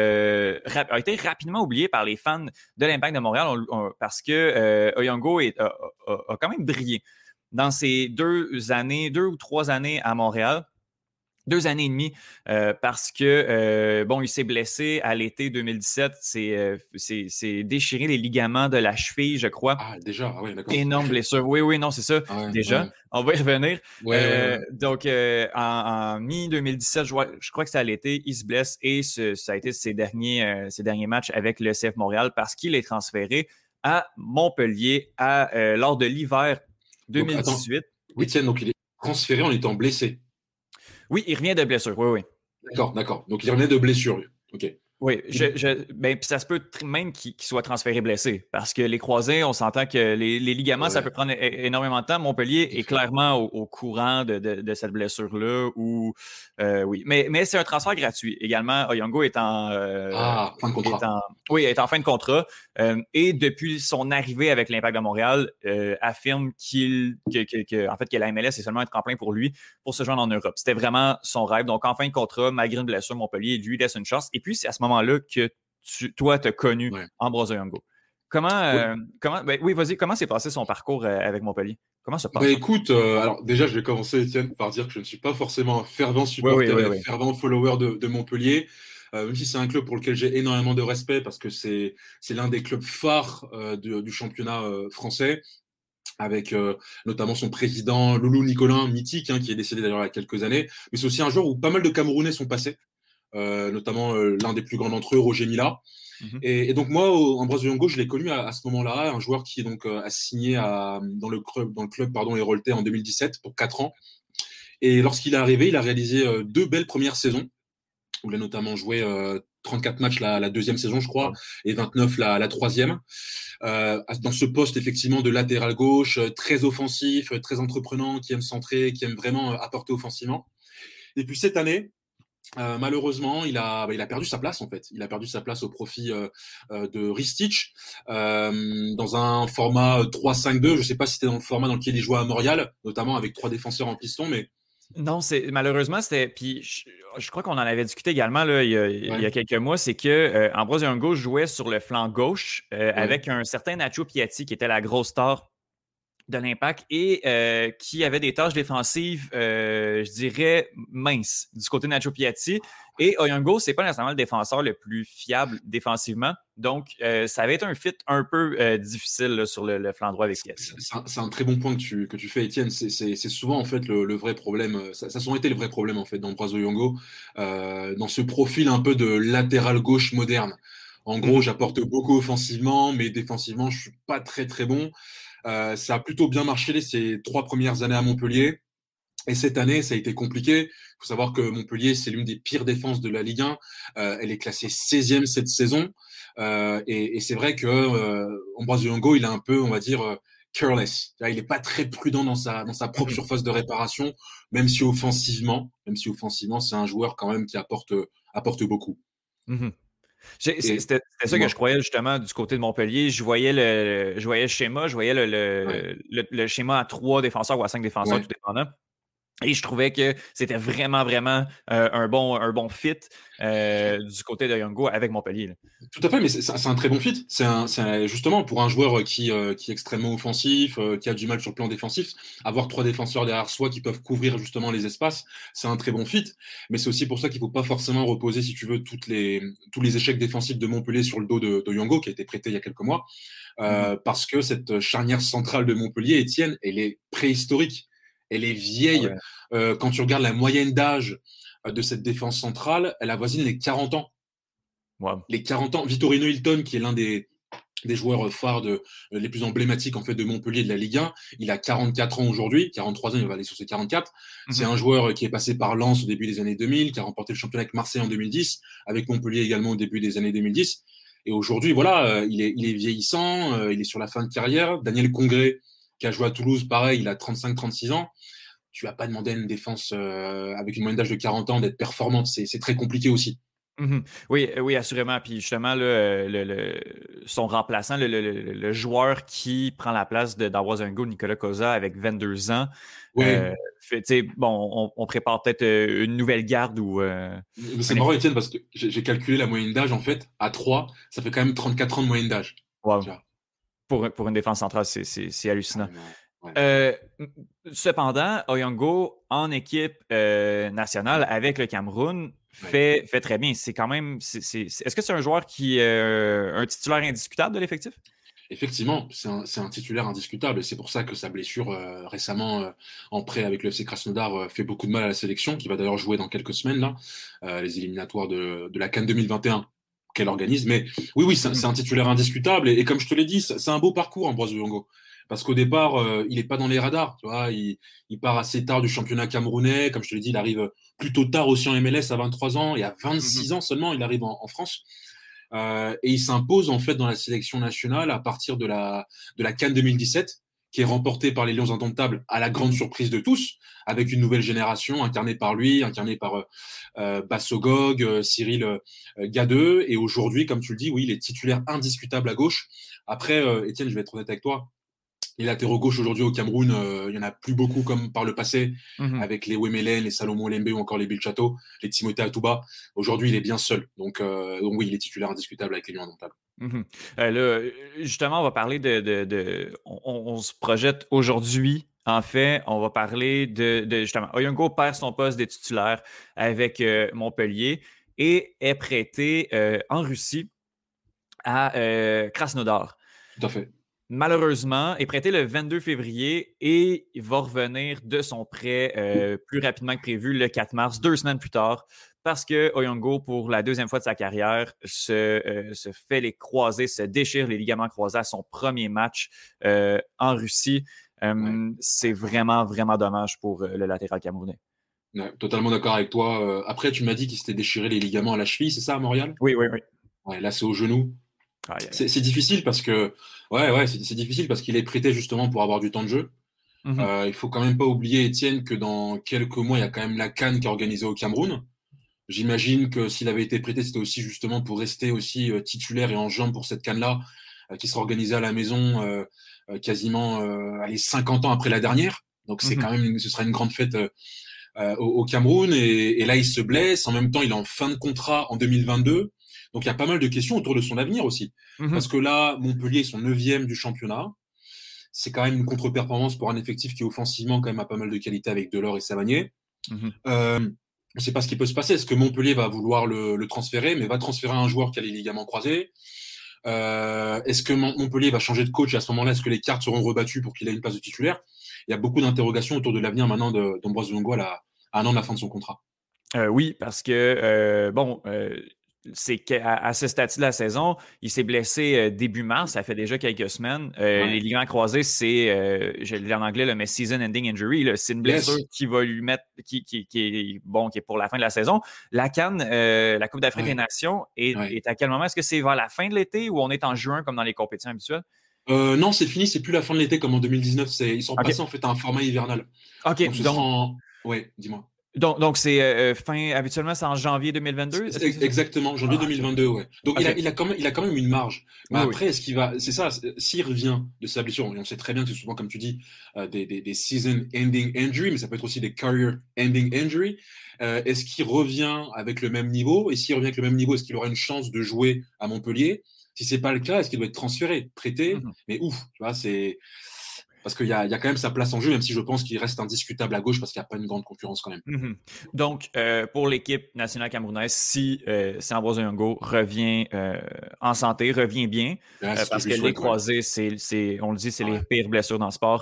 Speaker 1: a été rapidement oubliée par les fans de l'Impact de Montréal parce que Oyongo a quand même brillé dans ces 2 ou 3 années à Montréal. 2 années et demie, parce que, il s'est blessé à l'été 2017. C'est déchiré les ligaments de la cheville, je crois.
Speaker 5: Ah, déjà, oui, d'accord.
Speaker 1: Énorme blessure. Oui, non, c'est ça. Ah ouais, déjà. Ouais. On va y revenir.
Speaker 5: Ouais.
Speaker 1: Donc, en mi-2017, je crois que c'est à l'été, il se blesse et ça a été ses derniers matchs avec le CF Montréal parce qu'il est transféré à Montpellier lors de l'hiver 2018.
Speaker 5: Étienne, donc il est transféré en étant blessé.
Speaker 1: Oui, il revient de blessure, oui.
Speaker 5: D'accord. Donc, il revenait de blessure, OK.
Speaker 1: Oui, puis ça se peut même qu'il soit transféré blessé, parce que les croisés, on s'entend que les ligaments, ça peut prendre énormément de temps. Montpellier est clairement au courant de cette blessure-là. Oui, mais c'est un transfert gratuit. Également, Oyongo est en
Speaker 5: fin de contrat.
Speaker 1: Est en fin de contrat. Et depuis son arrivée avec l'Impact de Montréal, affirme que la MLS est seulement un tremplin pour lui pour se joindre en Europe. C'était vraiment son rêve. Donc, en fin de contrat, malgré une blessure, Montpellier lui laisse une chance. Et puis, c'est à ce moment-là que toi, tu as connu Ambroise Oyongo. Oui, vas-y, comment s'est passé son parcours avec Montpellier? Comment ça passe?
Speaker 5: Bah écoute, alors déjà, je vais commencer, Étienne, par dire que je ne suis pas forcément un fervent supporter et fervent follower de Montpellier, même si c'est un club pour lequel j'ai énormément de respect parce que c'est l'un des clubs phares du championnat français, avec notamment son président Loulou Nicolin, mythique, qui est décédé d'ailleurs il y a quelques années. Mais c'est aussi un joueur où pas mal de Camerounais sont passés, notamment l'un des plus grands d'entre eux, Roger Mila. Et donc moi, Ambroise Oyongo, je l'ai connu à ce moment-là, un joueur qui donc a signé dans le club Héroltais en 2017 pour 4 ans. Et lorsqu'il est arrivé, il a réalisé 2 belles premières saisons, où il a notamment joué 34 matchs la deuxième saison, je crois, et 29 la troisième. Dans ce poste, effectivement, de latéral gauche, très offensif, très entreprenant, qui aime centrer, qui aime vraiment apporter offensivement. Et puis cette année, malheureusement, il a perdu sa place en fait. Il a perdu sa place au profit de Ristic dans un format 3-5-2. Je ne sais pas si c'était dans le format dans lequel il jouait à Montréal, notamment avec 3 défenseurs en piston, mais
Speaker 1: non, malheureusement, c'était. Puis je crois qu'on en avait discuté également là, il y a quelques mois. C'est que Ambroise Oyongo jouait sur le flanc gauche avec un certain Nacho Piatti qui était la grosse star de l'Impact et qui avait des tâches défensives, je dirais, minces du côté de Nacho Piatti. Et Oyongo, c'est pas nécessairement le défenseur le plus fiable défensivement. Donc, ça avait été un fit un peu difficile là, sur le flanc droit avec Piatti.
Speaker 5: C'est un très bon point que tu fais, Étienne. C'est souvent en fait le vrai problème. Ça a souvent été le vrai problème en fait d'Ambroise Oyongo dans ce profil un peu de latéral gauche moderne. En gros, j'apporte beaucoup offensivement, mais défensivement, je suis pas très très bon. Ça a plutôt bien marché ces 3 premières années à Montpellier. Et cette année, ça a été compliqué. Il faut savoir que Montpellier, c'est l'une des pires défenses de la Ligue 1. Elle est classée 16e cette saison. Et c'est vrai que Ambroise Oyongo, il est un peu, on va dire, careless. Il n'est pas très prudent dans sa propre surface de réparation, même si offensivement, c'est un joueur quand même qui apporte beaucoup.
Speaker 1: C'était ça que je croyais justement du côté de Montpellier. Je voyais le schéma, je voyais le schéma à 3 défenseurs ou à 5 défenseurs, tout dépendant. Et je trouvais que c'était vraiment, vraiment un bon fit du côté de Oyongo avec Montpellier. Là.
Speaker 5: Tout à fait, mais c'est un très bon fit. Justement, pour un joueur qui est extrêmement offensif, qui a du mal sur le plan défensif, avoir 3 défenseurs derrière soi qui peuvent couvrir justement les espaces, c'est un très bon fit. Mais c'est aussi pour ça qu'il ne faut pas forcément reposer, si tu veux, tous les échecs défensifs de Montpellier sur le dos d'Oyongo, qui a été prêté il y a quelques mois. Parce que cette charnière centrale de Montpellier, Étienne, elle est préhistorique. Elle est vieille. Quand tu regardes la moyenne d'âge de cette défense centrale, elle avoisine les 40 ans. Wow. Les 40 ans. Vitorino Hilton, qui est l'un des joueurs phares les plus emblématiques en fait de Montpellier de la Ligue 1, il a 44 ans aujourd'hui, 43 ans, il va aller sur ses 44. C'est un joueur qui est passé par Lens au début des années 2000, qui a remporté le championnat avec Marseille en 2010, avec Montpellier également au début des années 2010. Et aujourd'hui, voilà, il est vieillissant, il est sur la fin de carrière. Daniel Congré, qui a joué à Toulouse, pareil, il a 35-36 ans. Tu vas pas demander à une défense avec une moyenne d'âge de 40 ans d'être performante. C'est très compliqué aussi.
Speaker 1: Oui, assurément. Puis justement, là, son remplaçant, le joueur qui prend la place d'Ambroise Oyongo, Nicolas Koza, avec 22 ans, on prépare peut-être une nouvelle garde.
Speaker 5: C'est marrant, Étienne, parce que j'ai calculé la moyenne d'âge, en fait, à 3, ça fait quand même 34 ans de moyenne d'âge.
Speaker 1: Wow. Pour une défense centrale, c'est hallucinant. Cependant, Oyongo, en équipe nationale avec le Cameroun, fait très bien. C'est quand même. Est-ce que c'est un joueur qui est un titulaire indiscutable de l'effectif?
Speaker 5: Effectivement, c'est un titulaire indiscutable. C'est pour ça que sa blessure récemment en prêt avec le FC Krasnodar fait beaucoup de mal à la sélection, qui va d'ailleurs jouer dans quelques semaines, là, les éliminatoires de la CAN 2021 qu'elle organise. Mais oui, c'est un titulaire indiscutable. Et comme je te l'ai dit, c'est un beau parcours, Ambroise Oyongo. Parce qu'au départ, il n'est pas dans les radars. Tu vois, il part assez tard du championnat camerounais. Comme je te l'ai dit, il arrive plutôt tard aussi en MLS à 23 ans. Et à 26 ans seulement, il arrive en France. Et il s'impose en fait dans la sélection nationale à partir de la CAN 2017, qui est remportée par les Lions Indomptables à la grande surprise de tous, avec une nouvelle génération incarnée par lui, incarnée par Bassogog, Cyril Gadeux. Et aujourd'hui, comme tu le dis, oui, il est titulaire indiscutable à gauche. Après, Étienne, je vais être honnête avec toi. Les latéraux gauche aujourd'hui au Cameroun, il n'y en a plus beaucoup comme par le passé, avec les Wemelen, les Salomon Lembe ou encore les Bill Chateau, les Timothée Atouba. Aujourd'hui, il est bien seul. Donc oui, il est titulaire indiscutable avec les Lions Indomptables.
Speaker 1: Là, justement, on va parler on se projette aujourd'hui. En fait, on va parler de justement, Oyongo perd son poste de titulaire avec Montpellier et est prêté en Russie à Krasnodar.
Speaker 5: Tout à fait.
Speaker 1: Malheureusement, est prêté le 22 février et il va revenir de son prêt plus rapidement que prévu le 4 mars, 2 semaines plus tard, parce que Oyongo, pour la deuxième fois de sa carrière, se fait les croisés, se déchire les ligaments croisés à son premier match en Russie. C'est vraiment, vraiment dommage pour le latéral camerounais.
Speaker 5: Ouais, totalement d'accord avec toi. Après, tu m'as dit qu'il s'était déchiré les ligaments à la cheville, c'est ça, à Montréal?
Speaker 1: Oui.
Speaker 5: Ouais, là, c'est au genou.
Speaker 1: Aïe.
Speaker 5: C'est difficile parce que c'est difficile parce qu'il est prêté justement pour avoir du temps de jeu. Il faut quand même pas oublier, Étienne, que dans quelques mois, il y a quand même la CAN qui est organisée au Cameroun. J'imagine que s'il avait été prêté, c'était aussi justement pour rester aussi titulaire et en jambes pour cette CAN-là, qui sera organisée à la maison quasiment 50 ans après la dernière. Donc c'est quand même, ce sera une grande fête au Cameroun. Et là, il se blesse. En même temps, il est en fin de contrat en 2022. Donc il y a pas mal de questions autour de son avenir aussi. Parce que là, Montpellier sont 9e du championnat. C'est quand même une contre-performance pour un effectif qui offensivement quand même a pas mal de qualité avec Delors et Savanier. On ne sait pas ce qui peut se passer. Est-ce que Montpellier va vouloir le transférer, mais va transférer un joueur qui a les ligaments croisés? Est-ce que Montpellier va changer de coach à ce moment-là? Est-ce que les cartes seront rebattues pour qu'il ait une place de titulaire? Il y a beaucoup d'interrogations autour de l'avenir maintenant d'Ambroise Oyongo à un an de la fin de son contrat.
Speaker 1: Oui, parce que, c'est qu'à ce stade de la saison, il s'est blessé début mars, ça fait déjà quelques semaines. Les ligaments croisés, c'est, je l'ai en anglais, mais season-ending injury. Là, c'est une blessure qui va lui mettre, qui est pour la fin de la saison. La CAN, la Coupe d'Afrique des Nations, est à quel moment? Est-ce que c'est vers la fin de l'été ou on est en juin comme dans les compétitions habituelles?
Speaker 5: Non, c'est fini, c'est plus la fin de l'été comme en 2019. Ils sont passés en fait à un format hivernal.
Speaker 1: OK,
Speaker 5: Ouais, dis-moi.
Speaker 1: Donc c'est habituellement, c'est en janvier 2022?
Speaker 5: Exactement, janvier 2022, ouais. Donc il a quand même une marge. Mais après, est-ce qu'il va, c'est ça, s'il revient de sa blessure, et on sait très bien que c'est souvent, comme tu dis, des season-ending injury, mais ça peut être aussi des career-ending injury. Est-ce qu'il revient avec le même niveau? Et s'il revient avec le même niveau, est-ce qu'il aura une chance de jouer à Montpellier? Si c'est pas le cas, est-ce qu'il doit être transféré, prêté? Mais ouf, tu vois, c'est parce qu'il y a quand même sa place en jeu, même si je pense qu'il reste indiscutable à gauche parce qu'il n'y a pas une grande concurrence quand même.
Speaker 1: Donc, pour l'équipe nationale camerounaise, si Ambroise Oyongo revient en santé, revient bien, parce que les croisés, on le dit, c'est les pires blessures dans le sport.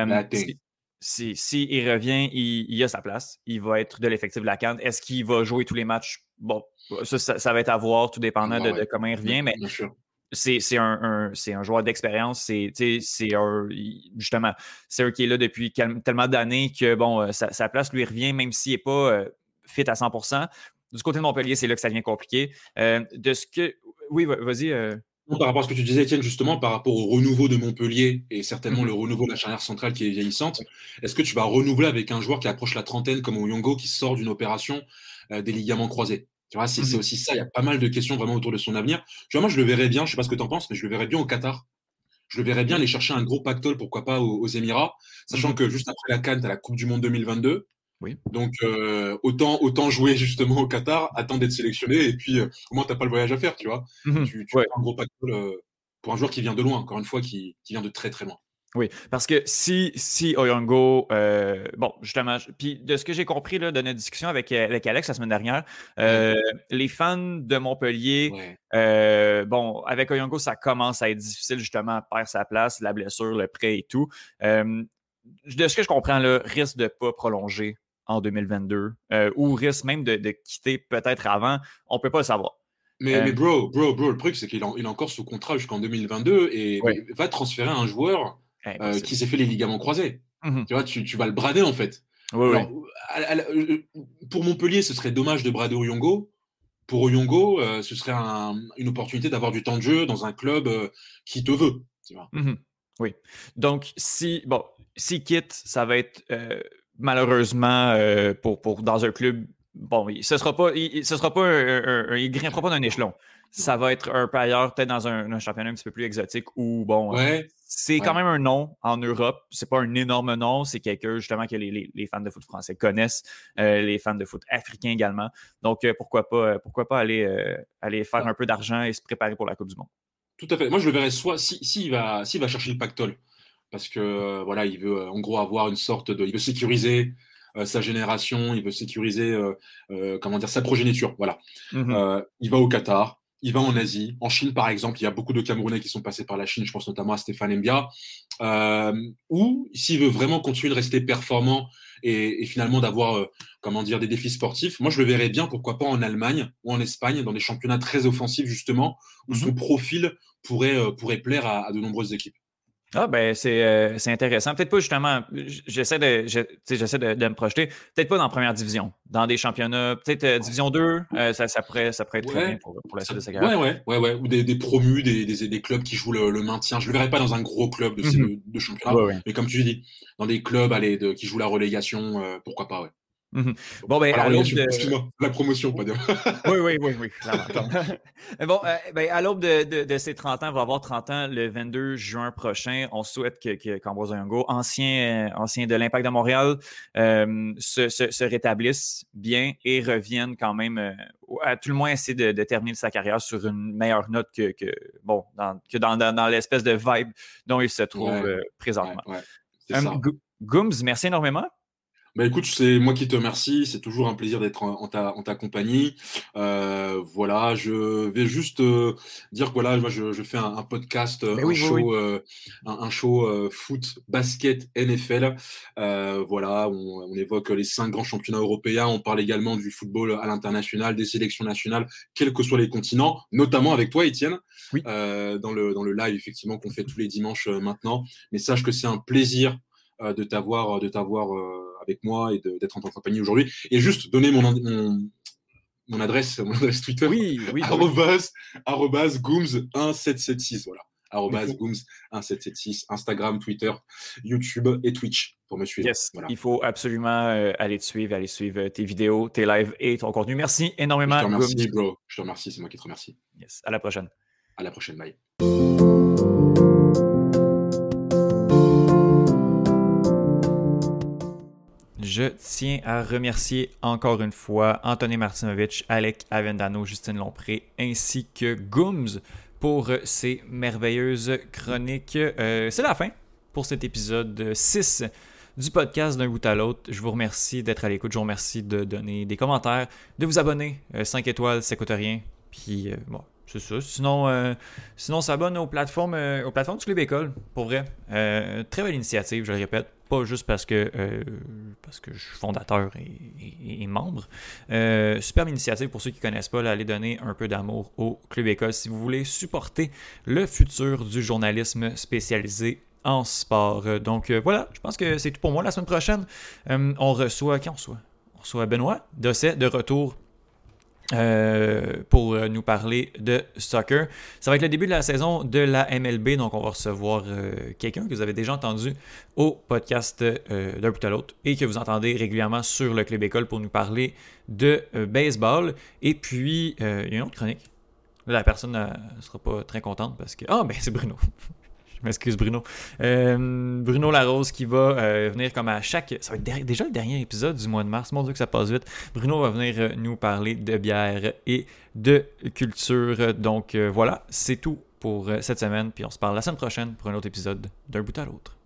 Speaker 1: Si il revient, il a sa place. Il va être de l'effectif de la CAN. Est-ce qu'il va jouer tous les matchs? Bon, ça va être à voir, tout dépendant de comment il revient, mais
Speaker 5: bien sûr.
Speaker 1: C'est un joueur d'expérience. Justement, c'est un qui est là depuis tellement d'années que bon, sa place lui revient, même s'il n'est pas fit à 100%. Du côté de Montpellier, c'est là que ça devient compliqué. Oui, vas-y.
Speaker 5: Par rapport à ce que tu disais, Étienne, justement, par rapport au renouveau de Montpellier et certainement le renouveau de la charnière centrale qui est vieillissante, est-ce que tu vas renouveler avec un joueur qui approche la trentaine comme Oyongo qui sort d'une opération des ligaments croisés? Tu vois, c'est aussi ça. Il y a pas mal de questions vraiment autour de son avenir. Tu vois, moi, je le verrais bien, je sais pas ce que tu en penses, mais je le verrais bien au Qatar. Je le verrais bien aller chercher un gros pactole, pourquoi pas aux Émirats, sachant que juste après la CAN, tu as la Coupe du Monde 2022.
Speaker 1: Oui.
Speaker 5: Donc, autant jouer justement au Qatar, attendre d'être sélectionné, et puis au moins, tu n'as pas le voyage à faire, tu vois. Tu fais un gros pactole pour un joueur qui vient de loin, encore une fois, qui vient de très, très loin.
Speaker 1: Oui, parce que si Oyongo, bon, justement, puis de ce que j'ai compris là, de notre discussion avec Alex la semaine dernière, les fans de Montpellier, bon, avec Oyongo, ça commence à être difficile justement à perdre sa place, la blessure, le prêt et tout. De ce que je comprends, là, risque de ne pas prolonger en 2022 ou risque même de quitter peut-être avant, on ne peut pas le savoir.
Speaker 5: Mais bro, le truc, c'est qu'il est encore sous contrat jusqu'en 2022 et va transférer un joueur qui s'est fait les ligaments croisés. Tu vois, tu vas le brader en fait. Alors, pour Montpellier, ce serait dommage de brader Oyongo. Pour Oyongo, ce serait une opportunité d'avoir du temps de jeu dans un club qui te veut. Tu vois.
Speaker 1: Oui. Donc, si quitte, ça va être malheureusement pour dans un club. Bon, il grimpera pas d'un échelon. Ça va être un peu ailleurs, peut-être dans un championnat un petit peu plus exotique où, bon, c'est quand même un nom en Europe. C'est pas un énorme nom. C'est quelqu'un, justement, que les fans de foot français connaissent, les fans de foot africains également. Donc, pourquoi pas aller faire un peu d'argent et se préparer pour la Coupe du Monde.
Speaker 5: Tout à fait. Moi, je le verrais soit s'il va chercher le pactole, parce que voilà, il veut en gros avoir une sorte de, il veut sécuriser sa génération, il veut sécuriser comment dire sa progéniture. Voilà. Il va au Qatar, il va en Asie, en Chine par exemple. Il y a beaucoup de Camerounais qui sont passés par la Chine. Je pense notamment à Stéphane Mbia. Ou s'il veut vraiment continuer de rester performant et finalement d'avoir comment dire des défis sportifs, moi je le verrais bien, pourquoi pas en Allemagne ou en Espagne, dans des championnats très offensifs justement, où son profil pourrait plaire à de nombreuses équipes.
Speaker 1: Ah, ben, c'est intéressant. Peut-être pas justement, j'essaie de me projeter, peut-être pas dans la première division, dans des championnats, peut-être Division 2, ça pourrait être très bien pour la suite de sa carrière.
Speaker 5: Ouais. Ou des promus, des clubs qui jouent le maintien. Je le verrais pas dans un gros club de championnat, mais comme tu dis, dans des clubs qui jouent la relégation, pourquoi pas, ouais.
Speaker 1: Bon, ben, à l'aube
Speaker 5: excuse-moi, la promotion, pas de...
Speaker 1: Oui, clairement. Bon, ben, à l'aube de ses 30 ans, il va avoir 30 ans le 22 juin prochain. On souhaite qu'Ambroise Onyango, ancien de l'Impact de Montréal, se rétablisse bien et revienne quand même, à tout le moins essayer de terminer sa carrière sur une meilleure note que dans l'espèce de vibe dont il se trouve présentement.
Speaker 5: C'est ça.
Speaker 1: Gooms, merci énormément.
Speaker 5: Bah écoute, c'est moi qui te remercie. C'est toujours un plaisir d'être en ta compagnie. Voilà, je vais juste dire que voilà, moi je fais un podcast, un show foot, basket, NFL. Voilà, on évoque les 5 grands championnats européens. On parle également du football à l'international, des sélections nationales, quels que soient les continents, notamment avec toi, Étienne, dans le live effectivement qu'on fait tous les dimanches maintenant. Mais sache que c'est un plaisir de t'avoir avec moi et d'être en ta compagnie aujourd'hui. Et juste donner mon adresse Twitter.
Speaker 1: Oui.
Speaker 5: @gooms1776. Voilà. @gooms1776. Instagram, Twitter, YouTube et Twitch pour me suivre.
Speaker 1: Yes,
Speaker 5: voilà.
Speaker 1: Il faut absolument aller te suivre, tes vidéos, tes lives et ton contenu. Merci énormément.
Speaker 5: Je te remercie, bro. Je te remercie, c'est moi qui te remercie.
Speaker 1: Yes, à la prochaine.
Speaker 5: À la prochaine, bye.
Speaker 1: Je tiens à remercier encore une fois Anthony Martinovic, Alec Avendano, Justine Lompré, ainsi que Gooms pour ces merveilleuses chroniques. C'est la fin pour cet épisode 6 du podcast d'un bout à l'autre. Je vous remercie d'être à l'écoute. Je vous remercie de donner des commentaires, de vous abonner. 5 étoiles, ça coûte rien. Puis, bon, c'est ça. Sinon s'abonne aux plateformes du Club École, pour vrai. Très belle initiative, je le répète. Pas juste parce que je suis fondateur et membre. Superbe initiative pour ceux qui ne connaissent pas. Là, allez donner un peu d'amour au Club École si vous voulez supporter le futur du journalisme spécialisé en sport. Donc voilà, je pense que c'est tout pour moi. La semaine prochaine, on reçoit Benoît Dosset de retour pour nous parler de soccer. Ça va être le début de la saison de la MLB, donc on va recevoir quelqu'un que vous avez déjà entendu au podcast d'un bout à l'autre et que vous entendez régulièrement sur le Club École pour nous parler de baseball. Et puis, il y a une autre chronique. Là, la personne ne sera pas très contente parce que... c'est Bruno. Je m'excuse, Bruno. Bruno Larose qui va venir comme à chaque... Ça va être déjà le dernier épisode du mois de mars. Mon Dieu que ça passe vite. Bruno va venir nous parler de bière et de culture. Donc voilà, c'est tout pour cette semaine. Puis on se parle la semaine prochaine pour un autre épisode d'un bout à l'autre.